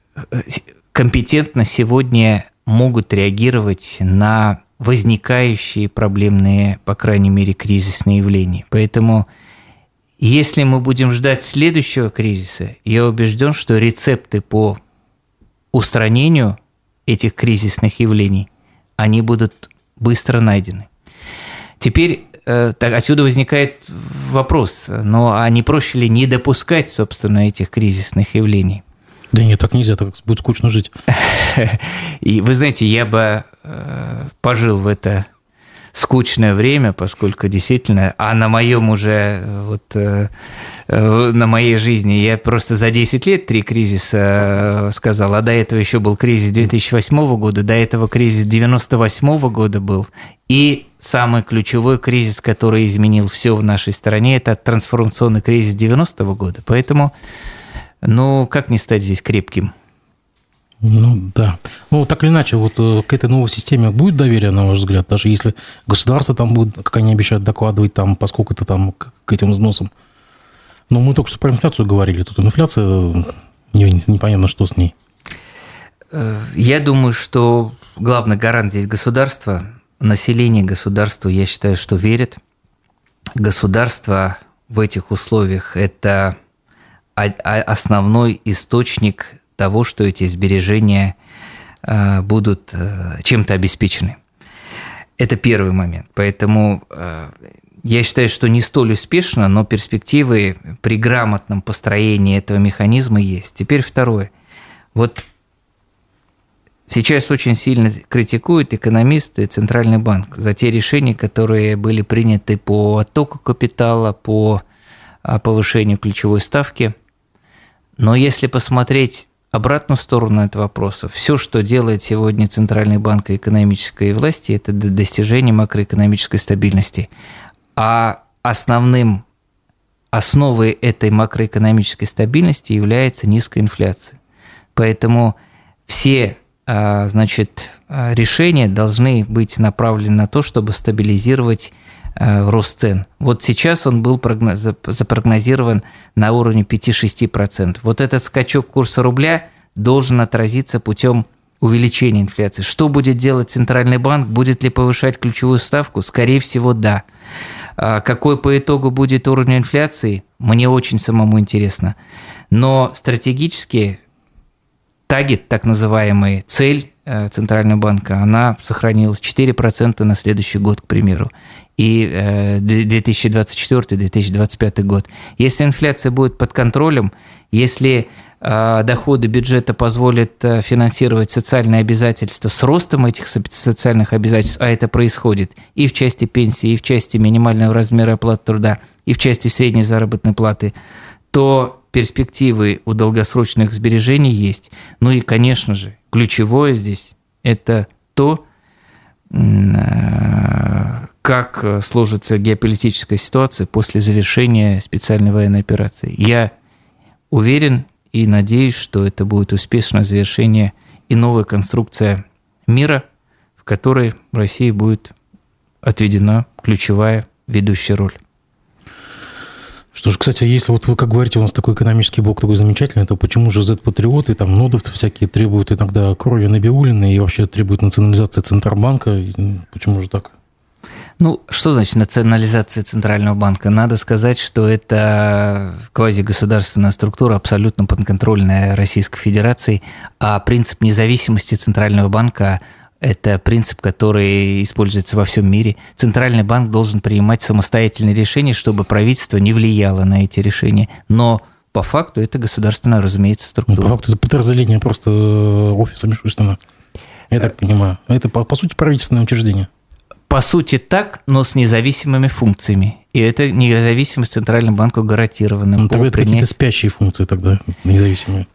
компетентно сегодня могут реагировать на возникающие проблемные, по крайней мере, кризисные явления. Поэтому, если мы будем ждать следующего кризиса, я убежден, что рецепты по устранению этих кризисных явлений, они будут быстро найдены. Теперь так, отсюда возникает вопрос, ну а не проще ли не допускать, собственно, этих кризисных явлений? Да нет, так нельзя, так будет скучно жить. И вы знаете, я бы э, пожил в это скучное время, поскольку действительно, а на моем уже, вот, э, э, на моей жизни я просто за десять лет три кризиса сказал, а до этого еще был кризис две тысячи восьмого года, до этого кризис девяносто восьмого года был, и самый ключевой кризис, который изменил все в нашей стране, это трансформационный кризис девяностого года, поэтому... Ну, как не стать здесь крепким? Ну, да. Ну, так или иначе, вот к этой новой системе будет доверие, на ваш взгляд, даже если государство там будет, как они обещают, докладывать там, поскольку это там к этим взносам. Но мы только что про инфляцию говорили. Тут инфляция, непонятно, что с ней. Я думаю, что главный гарант здесь государство, население государству, я считаю, что верит. Государство в этих условиях – это... основной источник того, что эти сбережения будут чем-то обеспечены. Это первый момент. Поэтому я считаю, что не столь успешно, но перспективы при грамотном построении этого механизма есть. Теперь второе. Вот сейчас очень сильно критикуют экономисты и Центральный банк за те решения, которые были приняты по оттоку капитала, по повышению ключевой ставки. Но если посмотреть обратную сторону этого вопроса, все, что делает сегодня Центральный банк и экономической власти, это достижение макроэкономической стабильности. А основным, основой этой макроэкономической стабильности является низкая инфляция. Поэтому все, значит, решения должны быть направлены на то, чтобы стабилизировать рост цен. Вот сейчас он был запрогнозирован на уровне пять-шесть процентов. Вот этот скачок курса рубля должен отразиться путем увеличения инфляции. Что будет делать Центральный банк? Будет ли повышать ключевую ставку? Скорее всего, да. Какой по итогу будет уровень инфляции? Мне очень самому интересно. Но стратегически таргет, так называемый, цель Центрального банка, она сохранилась четыре процента на следующий год, к примеру, и две тысячи двадцать четвёртый - две тысячи двадцать пятый год. Если инфляция будет под контролем, если доходы бюджета позволят финансировать социальные обязательства с ростом этих социальных обязательств, а это происходит и в части пенсии, и в части минимального размера оплаты труда, и в части средней заработной платы, то перспективы у долгосрочных сбережений есть. Ну и, конечно же, ключевое здесь это то, как сложится геополитическая ситуация после завершения специальной военной операции. Я уверен и надеюсь, что это будет успешное завершение и новая конструкция мира, в которой России будет отведена ключевая ведущая роль. Что ж, кстати, если вот вы, как говорите, у нас такой экономический блок такой замечательный, то почему же зет-патриоты, там, нодовцы всякие требуют иногда крови Набиуллиной и вообще требуют национализации Центробанка? Почему же так? Ну, что значит национализация Центрального банка? Надо сказать, что это квазигосударственная структура, абсолютно подконтрольная Российской Федерацией, а принцип независимости Центрального банка – это принцип, который используется во всем мире. Центральный банк должен принимать самостоятельные решения, чтобы правительство не влияло на эти решения. Но по факту это государственная, разумеется, структура. Ну, по факту это подразделение просто офиса Мишустина. Я так понимаю. Это, по, по сути, правительственное учреждение. По сути так, но с независимыми функциями. И эта независимость Центральному банку гарантирована. Ну, тогда это принять... какие-то спящие функции тогда, независимые.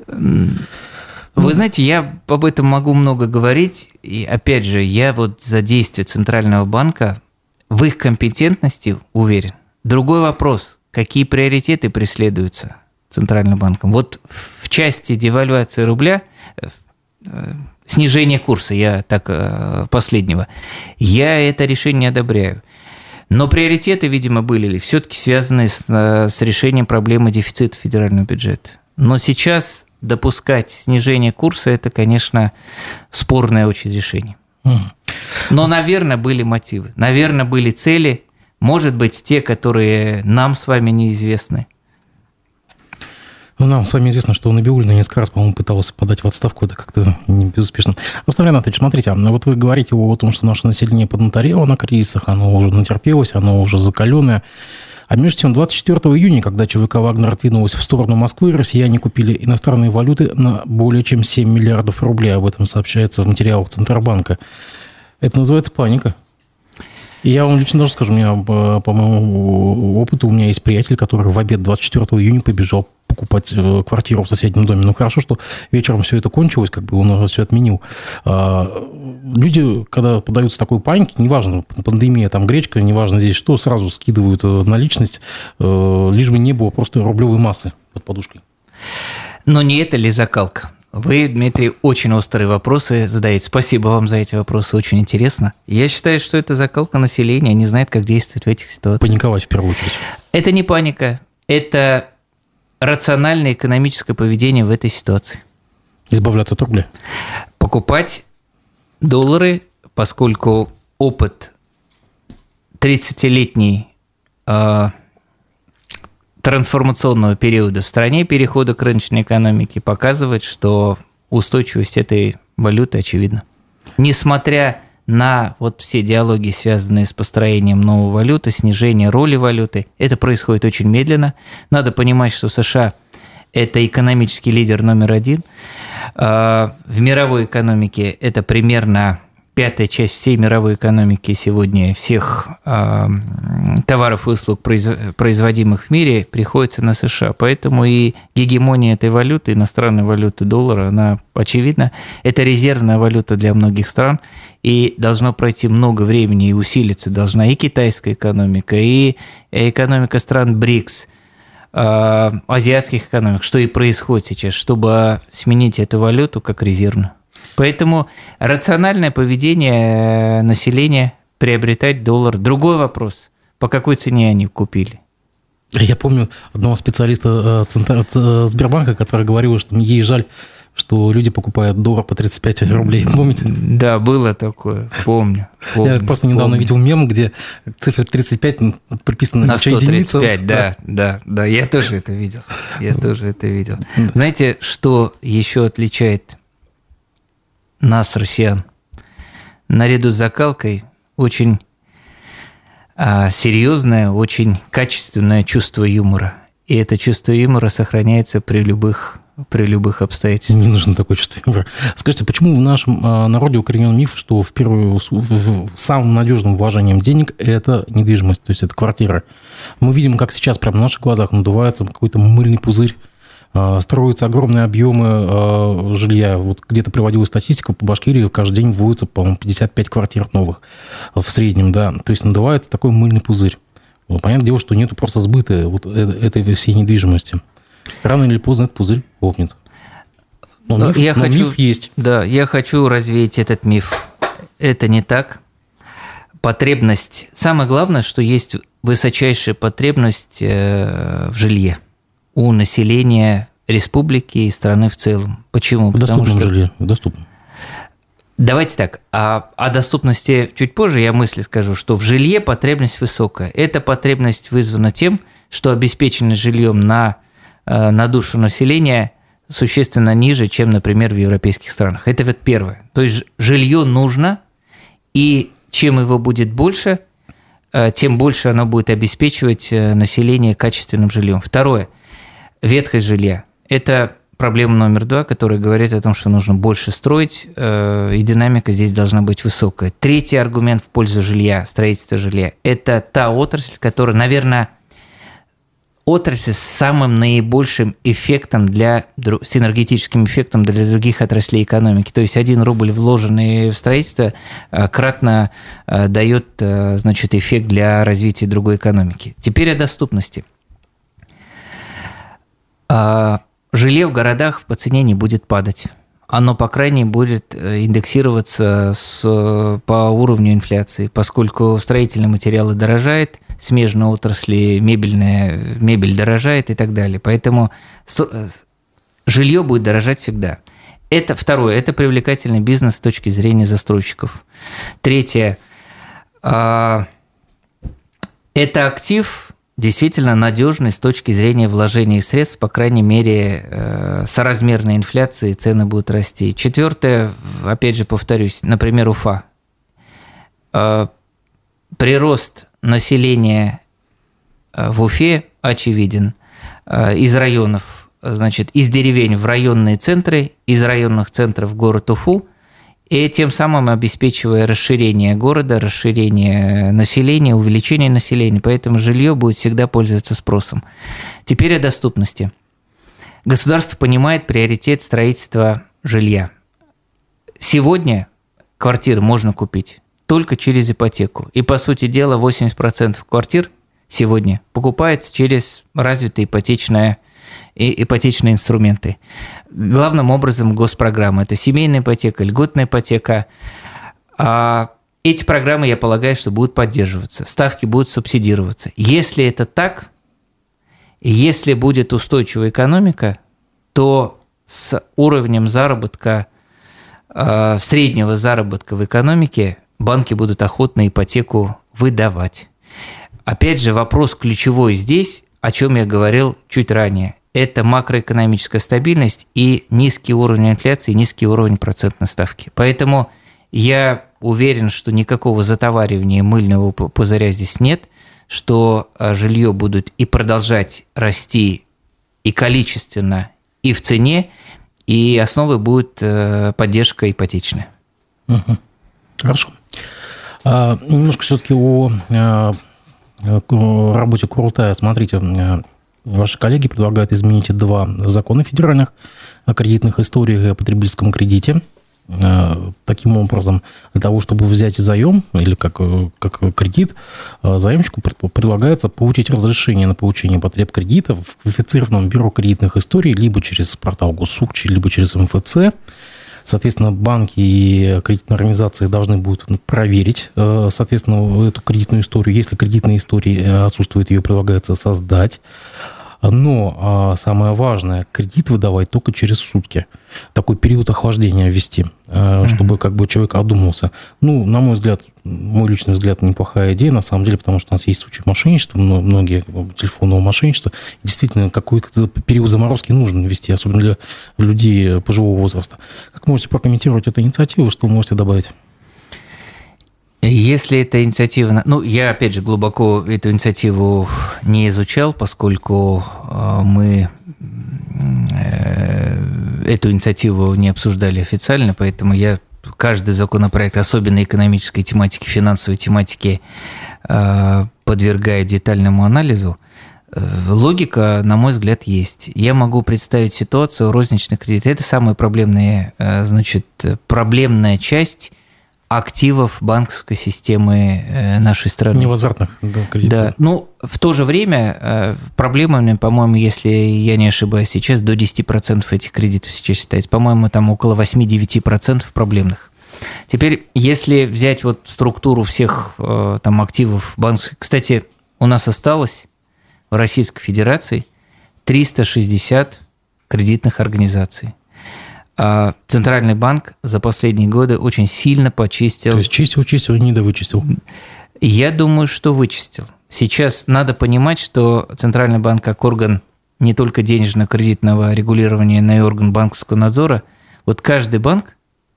Вы знаете, я об этом могу много говорить, и опять же, я вот за действия Центрального банка в их компетентности уверен. Другой вопрос, какие приоритеты преследуются Центральным банком. Вот в части девальвации рубля, снижения курса, я так последнего, я это решение не одобряю. Но приоритеты, видимо, были все-таки связаны с, с решением проблемы дефицита федерального бюджета. Но сейчас... допускать снижение курса – это, конечно, спорное очень решение. Но, наверное, были мотивы, наверное, были цели, может быть, те, которые нам с вами неизвестны. Ну, нам с вами известно, что Набиуллина несколько раз, по-моему, пыталась подать в отставку, это как-то безуспешно. Рустам Ринатович, смотрите, вот вы говорите о том, что наше население поднаторело на кризисах, оно уже натерпелось, оно уже закаленное. А между тем, двадцать четвёртого июня, когда ЧВК «Вагнер» двинулась в сторону Москвы, россияне купили иностранные валюты на более чем семь миллиардов рублей. Об этом сообщается в материалах Центробанка. Это называется паника. И я вам лично даже скажу, у меня, по моему опыту, у меня есть приятель, который в обед двадцать четвёртого июня побежал покупать квартиру в соседнем доме. Ну, хорошо, что вечером все это кончилось, как бы он уже все отменил. Люди, когда поддаются такой панике, неважно, пандемия, там, гречка, неважно здесь что, сразу скидывают наличность, лишь бы не было просто рублевой массы под подушкой. Но не это ли закалка? Вы, Дмитрий, очень острые вопросы задаете. Спасибо вам за эти вопросы, очень интересно. Я считаю, что это закалка населения, не знает, как действовать в этих ситуациях. Паниковать в первую очередь. Это не паника, это рациональное экономическое поведение в этой ситуации. Избавляться от рубля. Покупать доллары, поскольку опыт тридцатилетний э, трансформационного периода в стране, перехода к рыночной экономике, показывает, что устойчивость этой валюты очевидна. Несмотря на вот все диалоги, связанные с построением новой валюты, снижение роли валюты, это происходит очень медленно. Надо понимать, что США – это экономический лидер номер один. В мировой экономике это примерно пятая часть всей мировой экономики сегодня, всех э, товаров и услуг, производимых в мире, приходится на США. Поэтому и гегемония этой валюты, иностранной валюты доллара, она очевидна. Это резервная валюта для многих стран, и должно пройти много времени, и усилиться должна и китайская экономика, и экономика стран БРИКС, э, азиатских экономик, что и происходит сейчас, чтобы сменить эту валюту как резервную. Поэтому рациональное поведение населения приобретать доллар. Другой вопрос, по какой цене они купили. Я помню одного специалиста Сбербанка, который говорил, что ей жаль, что люди покупают доллар по тридцать пять рублей. Помните? Да, было такое, помню. помню Я просто недавно помню. видел мем, где цифра тридцать пять приписана на сто тридцать пять, да, да, да, я тоже это видел. Я тоже это видел. Знаете, что еще отличает нас, россиян, наряду с закалкой, очень а, серьезное, очень качественное чувство юмора. И это чувство юмора сохраняется при любых, при любых обстоятельствах. Не нужно такое чувство юмора. Скажите, почему в нашем а, народе укоренен миф, что в первую, в, в, самым надежным вложением денег это недвижимость, то есть это квартира? Мы видим, как сейчас прямо на наших глазах надувается какой-то мыльный пузырь. Строятся огромные объемы жилья. Вот где-то приводилась статистика, по Башкирии каждый день вводится, по-моему, пятьдесят пять квартир новых в среднем, да. То есть надувается такой мыльный пузырь. Понятное дело, что нету просто сбыта вот этой всей недвижимости. Рано или поздно этот пузырь лопнет. Но миф, я но хочу, миф есть. Да, я хочу развеять этот миф. Это не так. Потребность. Самое главное, что есть высочайшая потребность в жилье у населения республики и страны в целом. Почему? В доступном что... жилье, в доступном. Давайте так, а о доступности чуть позже я мысли скажу, что в жилье потребность высокая. Эта потребность вызвана тем, что обеспеченность жильем на, на душу населения существенно ниже, чем, например, в европейских странах. Это вот первое. То есть жилье нужно, и чем его будет больше, тем больше оно будет обеспечивать население качественным жильем. Второе. Ветхость жилья. Это проблема номер два, которая говорит о том, что нужно больше строить, и динамика здесь должна быть высокая. Третий аргумент в пользу жилья, строительства жилья – это та отрасль, которая, наверное, отрасль с самым наибольшим эффектом для, синергетическим эффектом для других отраслей экономики. То есть один рубль, вложенный в строительство, кратно дает, значит, эффект для развития другой экономики. Теперь о доступности. Жилье в городах по цене не будет падать. Оно, по крайней мере, будет индексироваться с, по уровню инфляции, поскольку строительные материалы дорожают, смежные отрасли, мебельная, мебель дорожает и так далее. Поэтому жилье будет дорожать всегда. Это второе, это привлекательный бизнес с точки зрения застройщиков. Третье, это актив, действительно надежный с точки зрения вложения средств, по крайней мере, соразмерной инфляции цены будут расти. Четвертое, опять же повторюсь, например, Уфа. Прирост населения в Уфе очевиден. Из районов, значит, из деревень в районные центры, из районных центров в город Уфу, и тем самым обеспечивая расширение города, расширение населения, увеличение населения. Поэтому жилье будет всегда пользоваться спросом. Теперь о доступности. Государство понимает приоритет строительства жилья. Сегодня квартиры можно купить только через ипотеку. И, по сути дела, восемьдесят процентов квартир сегодня покупается через развитые ипотечные и ипотечные инструменты. Главным образом госпрограммы. Это семейная ипотека, льготная ипотека. А эти программы, я полагаю, что будут поддерживаться. Ставки будут субсидироваться. Если это так, если будет устойчивая экономика, то с уровнем заработка, среднего заработка в экономике банки будут охотно ипотеку выдавать. Опять же, вопрос ключевой здесь, о чем я говорил чуть ранее. Это макроэкономическая стабильность и низкий уровень инфляции, низкий уровень процентной ставки. Поэтому я уверен, что никакого затоваривания мыльного пузыря здесь нет, что жилье будет и продолжать расти и количественно, и в цене, и основой будет поддержка ипотечная. Угу. Хорошо. А, немножко все-таки о, о, о работе Курултая. Смотрите, ваши коллеги предлагают изменить два закона федеральных о кредитных историях и о потребительском кредите. Таким образом, для того, чтобы взять заем или как, как кредит, заемщику предлагается получить разрешение на получение потреб кредита в квалифицированном бюро кредитных историй либо через портал Госсук, либо через эм эф цэ. Соответственно, банки и кредитные организации должны будут проверить, соответственно, эту кредитную историю. Если кредитная история отсутствует, ее предлагается создать. Но самое важное, кредит выдавать только через сутки. Такой период охлаждения ввести, чтобы как бы человек одумался. Ну, на мой взгляд, мой личный взгляд, неплохая идея, на самом деле, потому что у нас есть случаи мошенничества, многие телефонного мошенничества. Действительно, какой-то период заморозки нужно ввести, особенно для людей пожилого возраста. Как можете прокомментировать эту инициативу, что вы можете добавить? Если эта инициатива... Ну, я, опять же, глубоко эту инициативу не изучал, поскольку мы эту инициативу не обсуждали официально, поэтому я каждый законопроект, особенно экономической тематики, финансовой тематики, подвергаю детальному анализу. Логика, на мой взгляд, есть. Я могу представить ситуацию розничных кредитов. Это самая проблемная, значит, проблемная часть активов банковской системы нашей страны. Невозвратных кредитов. Да. Ну, в то же время проблемами, по-моему, если я не ошибаюсь, сейчас до десять процентов этих кредитов сейчас считается. По-моему, там около восемь-девять процентов проблемных. Теперь, если взять вот структуру всех там активов банковских... Кстати, у нас осталось в Российской Федерации триста шестьдесят кредитных организаций. А Центральный банк за последние годы очень сильно почистил. То есть чистил, чистил и не довычистил? Я думаю, что вычистил. Сейчас надо понимать, что Центральный банк как орган не только денежно-кредитного регулирования, но и орган банковского надзора. Вот каждый банк,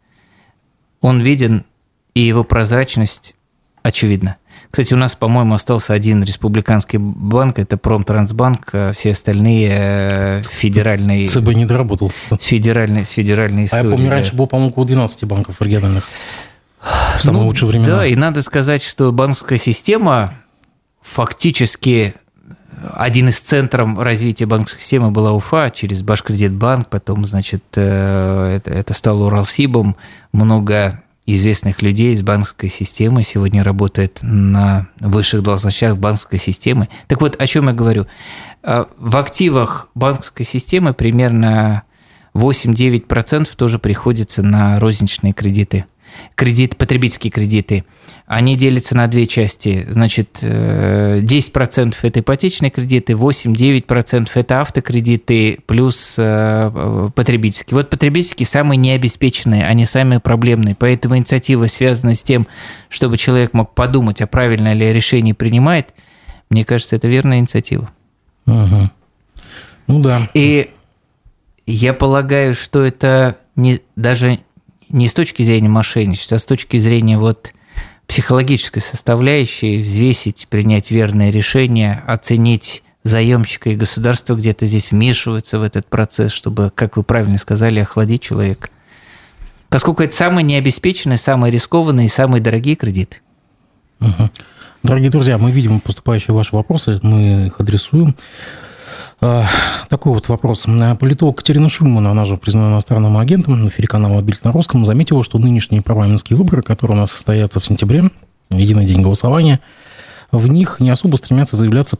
он виден, и его прозрачность очевидна. Кстати, у нас, по-моему, остался один республиканский банк, это Промтрансбанк, а все остальные федеральные... ЦБ не доработал. Федеральные, федеральные истории. А я помню, да. Раньше было, по-моему, около двенадцати банков региональных в самые ну, лучшие времена. Да, и надо сказать, что банковская система фактически... Один из центров развития банковской системы была Уфа, через Башкредитбанк, потом, значит, это, это стало Уралсибом, много... известных людей из банковской системы сегодня работает на высших должностях банковской системы. Так вот, о чем я говорю. В активах банковской системы примерно восемь-девять процентов тоже приходится на розничные кредиты. Кредит, потребительские кредиты. Они делятся на две части. Значит, десять процентов – это ипотечные кредиты, восемь-девять процентов – это автокредиты плюс потребительские. Вот потребительские самые необеспеченные, они самые проблемные. Поэтому инициатива, связанная с тем, чтобы человек мог подумать, а правильно ли решение принимает, мне кажется, это верная инициатива. Угу. Ну да. И я полагаю, что это не, даже не с точки зрения мошенничества, а с точки зрения вот психологической составляющей, взвесить, принять верное решение, оценить заемщика, и государство где-то здесь вмешивается в этот процесс, чтобы, как вы правильно сказали, охладить человека. Поскольку это самые необеспеченные, самые рискованные и самые дорогие кредиты. Угу. Дорогие друзья, мы видим поступающие ваши вопросы, мы их адресуем. Такой вот вопрос. Политолог Катерина Шульман, она же признана иностранным агентом, в эфире канала «Обитель на русском», заметила, что нынешние парламентские выборы, которые у нас состоятся в сентябре, единый день голосования, в них не особо стремятся заявляться,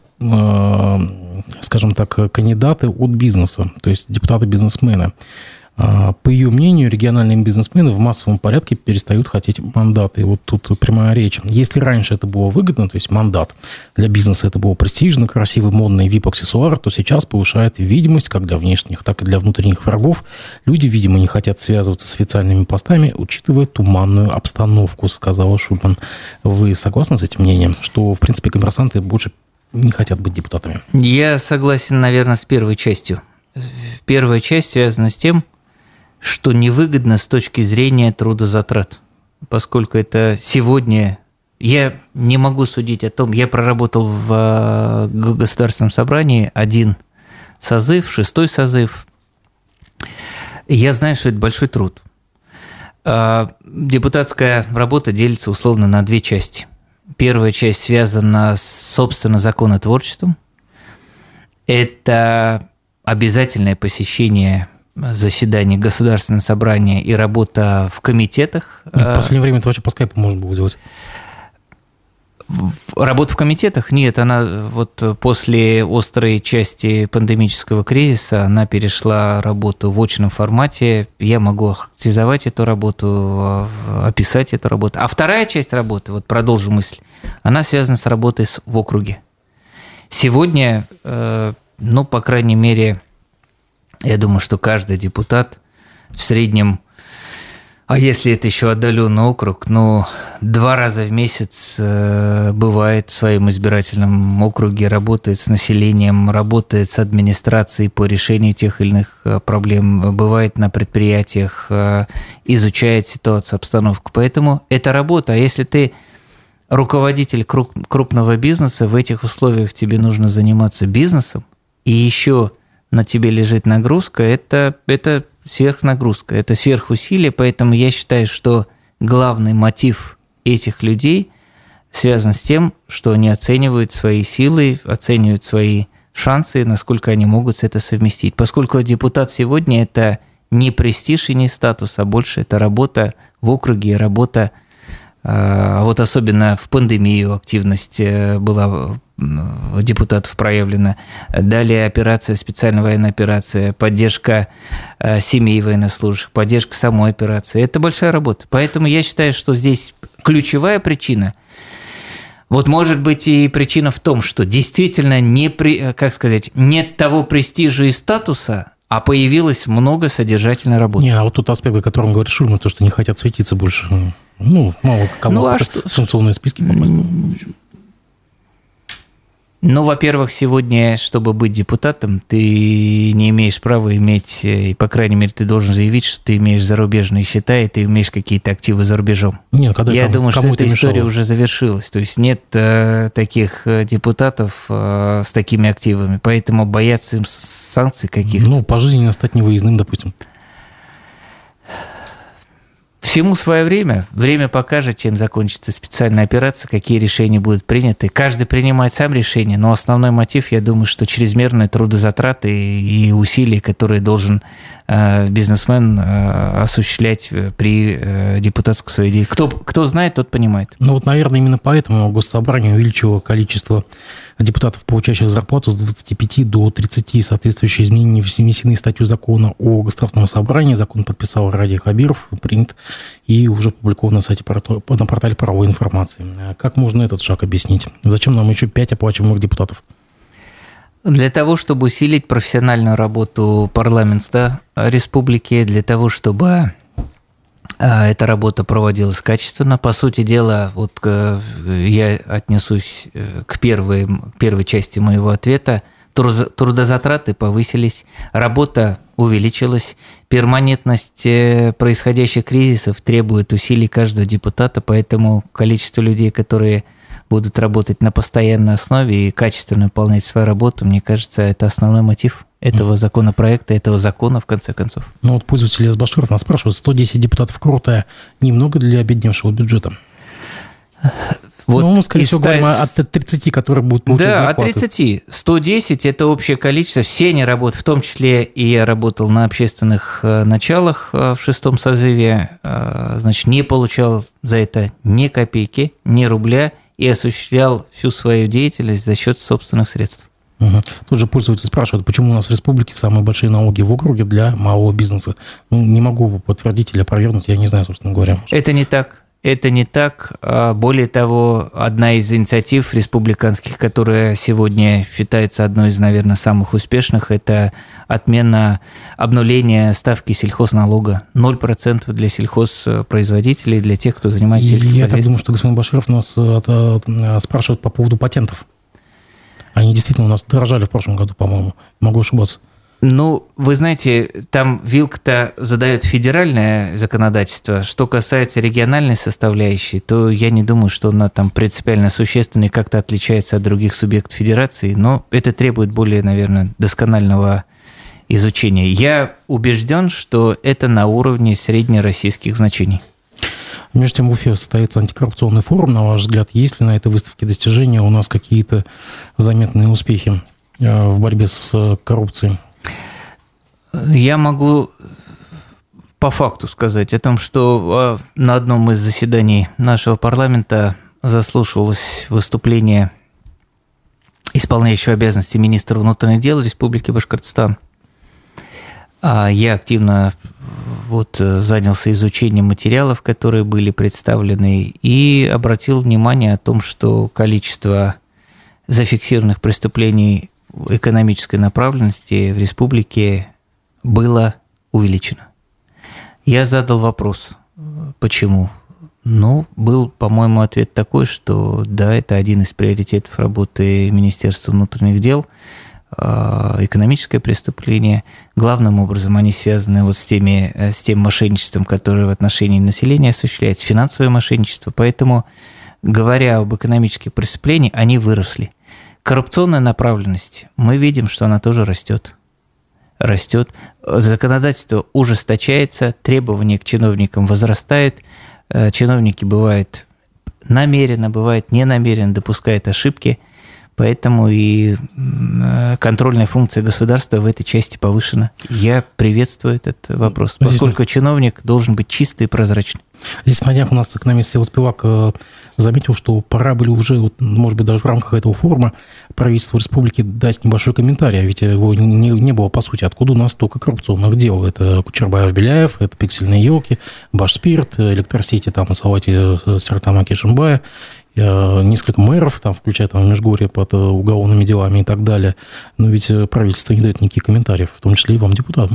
скажем так, кандидаты от бизнеса, то есть депутаты-бизнесмены. По ее мнению, региональные бизнесмены в массовом порядке перестают хотеть мандаты. И вот тут прямая речь. Если раньше это было выгодно, то есть мандат для бизнеса это было престижно, красивый, модный ви ай пи-аксессуар, то сейчас повышает видимость как для внешних, так и для внутренних врагов. Люди, видимо, не хотят связываться с официальными постами, учитывая туманную обстановку, сказала Шульман. Вы согласны с этим мнением, что, в принципе, коммерсанты больше не хотят быть депутатами? Я согласен, наверное, с первой частью. Первая часть связана с тем, что невыгодно с точки зрения трудозатрат, поскольку это сегодня... Я не могу судить о том, я проработал в Государственном собрании один созыв, шестой созыв, и я знаю, что это большой труд. Депутатская работа делится условно на две части. Первая часть связана с, собственно, законотворчеством. Это обязательное посещение заседаний Государственного собрания и работа в комитетах. В последнее время это вообще по скайпу можно было делать. Работа в комитетах? Нет, она вот после острой части пандемического кризиса, она перешла работу в очном формате. Я могу охарактеризовать эту работу, описать эту работу. А вторая часть работы, вот продолжу мысль, она связана с работой в округе. Сегодня, ну, по крайней мере, я думаю, что каждый депутат в среднем, а если это еще отдаленный округ, ну, два раза в месяц бывает в своем избирательном округе, работает с населением, работает с администрацией по решению тех или иных проблем, бывает на предприятиях, изучает ситуацию, обстановку. Поэтому это работа. А если ты руководитель крупного бизнеса, в этих условиях тебе нужно заниматься бизнесом, и еще на тебе лежит нагрузка, это, это сверхнагрузка, это сверхусилие, поэтому я считаю, что главный мотив этих людей связан с тем, что они оценивают свои силы, оценивают свои шансы, насколько они могут это совместить. Поскольку депутат сегодня – это не престиж и не статус, а больше это работа в округе, работа, а вот особенно в пандемию активность была депутатов проявлена. Далее операция, специальная военная операция, поддержка семей военнослужащих, поддержка самой операции. Это большая работа. Поэтому я считаю, что здесь ключевая причина, вот может быть и причина в том, что действительно не, при, как сказать, нет того престижа и статуса, а появилось много содержательной работы. Не, а вот тот аспект, о котором говорит Шульман, то, что не хотят светиться больше, ну, мало кому ну, а в санкционные списки попасть. Ну, во-первых, сегодня, чтобы быть депутатом, ты не имеешь права иметь, и, по крайней мере, ты должен заявить, что ты имеешь зарубежные счета, и ты имеешь какие-то активы за рубежом. Нет, когда Я кому, думаю, кому что эта история мешало? уже завершилась. То есть нет э, таких депутатов э, с такими активами, поэтому бояться им санкций каких-то. Ну, пожизненно стать невыездным, допустим. Всему свое время. Время покажет, чем закончится специальная операция, какие решения будут приняты. Каждый принимает сам решение, но основной мотив, я думаю, что чрезмерные трудозатраты и усилия, которые должен э, бизнесмен э, осуществлять при э, депутатской своей деятельности. Кто, кто знает, тот понимает. Ну вот, наверное, именно поэтому Госсобрание увеличило количество депутатов, получающих зарплату с двадцати пяти до тридцати. Соответствующие изменения внесены в статью закона о Государственном собрании. Закон подписал Ради Хабиров, принят и уже опубликован на сайте, на портале правовой информации. Как можно этот шаг объяснить? Зачем нам еще пять оплачиваемых депутатов? Для того, чтобы усилить профессиональную работу парламента республики, для того, чтобы эта работа проводилась качественно. По сути дела, вот я отнесусь к первой, к первой части моего ответа. Трудозатраты повысились, работа увеличилась, перманентность происходящих кризисов требует усилий каждого депутата, поэтому количество людей, которые будут работать на постоянной основе и качественно выполнять свою работу, мне кажется, это основной мотив этого законопроекта, этого закона, в конце концов. Ну вот пользователи Сбаширов нас спрашивают, сто десять депутатов крутая, немного для обедневшего бюджета? Вот ну, скорее всего, ста... говорим от тридцати, которые будут получать да, зарплату. Да, от тридцати. сто десять – это общее количество. Все они работают, в том числе и я работал на общественных началах в шестом созыве, значит, не получал за это ни копейки, ни рубля и осуществлял всю свою деятельность за счет собственных средств. Угу. Тут же пользователи спрашивают, почему у нас в республике самые большие налоги в округе для малого бизнеса. Ну, не могу подтвердить или опровергнуть, я не знаю, собственно говоря. Это не так. Это не так. Более того, одна из инициатив республиканских, которая сегодня считается одной из, наверное, самых успешных, это отмена обнуления ставки сельхозналога. ноль процентов для сельхозпроизводителей, для тех, кто занимается сельским хозяйством. Я так думаю, что господин Баширов нас это, спрашивает по поводу патентов. Они действительно у нас дорожали в прошлом году, по-моему. Могу ошибаться. Ну, вы знаете, там вилка-то задает федеральное законодательство. Что касается региональной составляющей, то я не думаю, что она там принципиально существенна и как-то отличается от других субъектов федерации, но это требует более, наверное, досконального изучения. Я убежден, что это на уровне среднероссийских значений. Между тем в Уфе состоится антикоррупционный форум. На ваш взгляд, есть ли на этой выставке достижения у нас какие-то заметные успехи в борьбе с коррупцией? Я могу по факту сказать о том, что на одном из заседаний нашего парламента заслушивалось выступление исполняющего обязанности министра внутренних дел Республики Башкортостан. Я активно вот занялся изучением материалов, которые были представлены, и обратил внимание о том, что количество зафиксированных преступлений экономической направленности в республике было увеличено. Я задал вопрос, почему? Ну, был, по-моему, ответ такой, что да, это один из приоритетов работы Министерства внутренних дел, экономическое преступление. Главным образом они связаны вот с, теми, с тем мошенничеством, которое в отношении населения осуществляется, финансовое мошенничество. Поэтому, говоря об экономических преступлениях, они выросли. Коррупционная направленность, мы видим, что она тоже растет. Растет. Законодательство ужесточается, требования к чиновникам возрастают. Чиновники бывают намеренно, бывают ненамеренно, допускают ошибки. Поэтому и контрольная функция государства в этой части повышена. Я приветствую этот вопрос, поскольку чиновник должен быть чистый и прозрачный. Здесь на днях у нас экономист Всеволод Спивак заметил, что пора были уже, может быть, даже в рамках этого форума правительству республики дать небольшой комментарий, а ведь его не, не было, по сути, откуда у нас столько коррупционных дел. Это Кучербаев-Беляев, это пиксельные елки, Башспирт, Электросети, там, на Салате Сертамаки Шимбая, несколько мэров, там, включая там, Межгорье под уголовными делами и так далее. Но ведь правительство не дает никаких комментариев, в том числе и вам, депутатам.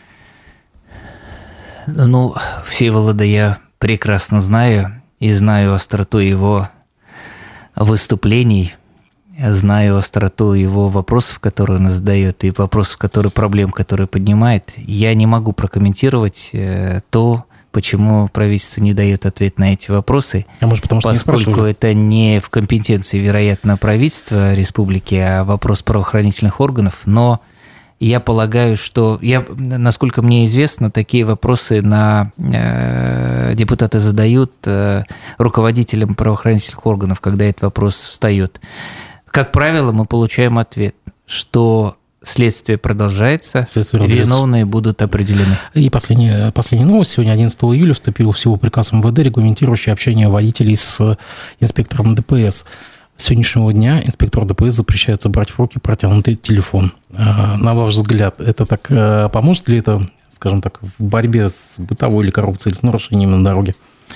Ну, Всеволода я прекрасно знаю и знаю остроту его выступлений, знаю остроту его вопросов, которые он задает, и вопросов, которые, проблем, которые поднимает. Я не могу прокомментировать то, почему правительство не дает ответ на эти вопросы, а может, потому что поскольку не это не в компетенции, вероятно, правительства республики, а вопрос правоохранительных органов. Но я полагаю, что, я, насколько мне известно, такие вопросы на, э, депутаты задают э, руководителям правоохранительных органов, когда этот вопрос встает. Как правило, мы получаем ответ, что следствие продолжается, следствие виновные будут определены. И последняя, последняя новость. Сегодня, одиннадцатого июля, вступил в силу приказ эм вэ дэ, регламентирующий общение водителей с инспектором дэ пэ эс. С сегодняшнего дня инспектору дэ пэ эс запрещается брать в руки протянутый телефон. На ваш взгляд, это так поможет ли это, скажем так, в борьбе с бытовой или коррупцией, или с нарушениями на дороге?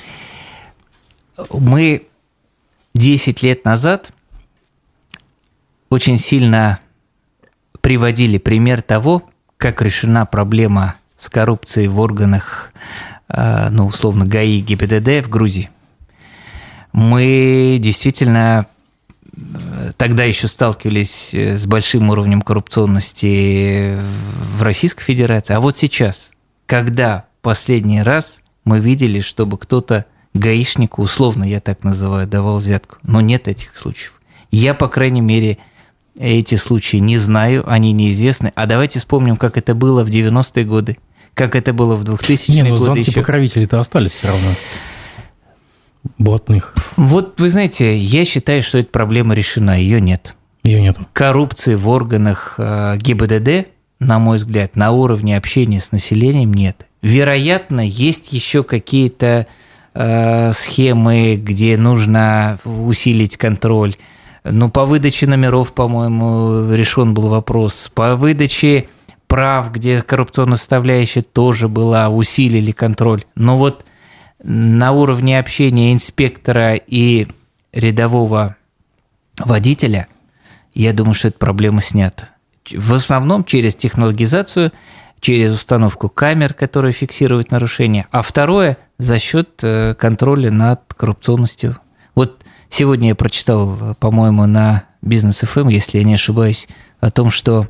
Мы десять лет назад очень сильно приводили пример того, как решена проблема с коррупцией в органах, ну, условно, ГАИ, гэ и бэ дэ дэ в Грузии. Мы действительно тогда еще сталкивались с большим уровнем коррупционности в Российской Федерации. А вот сейчас, когда последний раз мы видели, чтобы кто-то гаишнику, условно я так называю, давал взятку, но нет этих случаев. Я, по крайней мере, эти случаи не знаю, они неизвестны. А давайте вспомним, как это было в девяностые годы, как это было в двухтысячные годы. Не, ну звонки покровителей-то остались все равно. Блатных. Вот, вы знаете, я считаю, что эта проблема решена, ее нет. Ее нет. Коррупции в органах гэ и бэ дэ дэ, на мой взгляд, на уровне общения с населением нет. Вероятно, есть еще какие-то э, схемы, где нужно усилить контроль. Но по выдаче номеров, по-моему, решен был вопрос. По выдаче прав, где коррупционная составляющая тоже была, усилили контроль. Но вот на уровне общения инспектора и рядового водителя, я думаю, что эта проблема снята. В основном через технологизацию, через установку камер, которые фиксируют нарушения. А второе – за счет контроля над коррупционностью. Вот сегодня я прочитал, по-моему, на Бизнес эф эм, если я не ошибаюсь, о том, что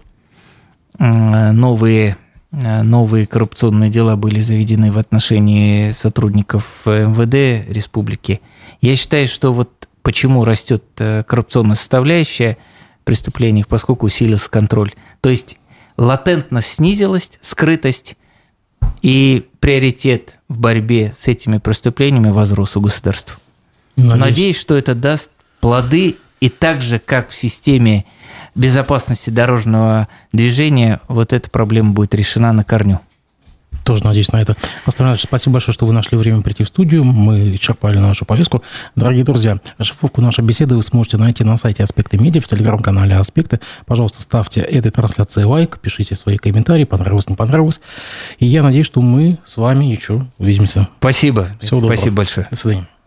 новые, новые коррупционные дела были заведены в отношении сотрудников эм вэ дэ республики. Я считаю, что вот почему растет коррупционная составляющая в преступлениях, поскольку усилился контроль. То есть латентность снизилась, скрытость, и приоритет в борьбе с этими преступлениями возрос у государства. Надеюсь. Надеюсь, что это даст плоды, и так же, как в системе безопасности дорожного движения, вот эта проблема будет решена на корню. Тоже надеюсь на это. Остап Иванович, спасибо большое, что вы нашли время прийти в студию. Мы исчерпали нашу повестку. Дорогие друзья, расшифровку нашей беседы вы сможете найти на сайте «Аспекты Медиа», в телеграм-канале «Аспекты». Пожалуйста, ставьте этой трансляции лайк, пишите свои комментарии, понравилось, не понравилось. И я надеюсь, что мы с вами еще увидимся. Спасибо. Всего доброго. Спасибо большое. До свидания.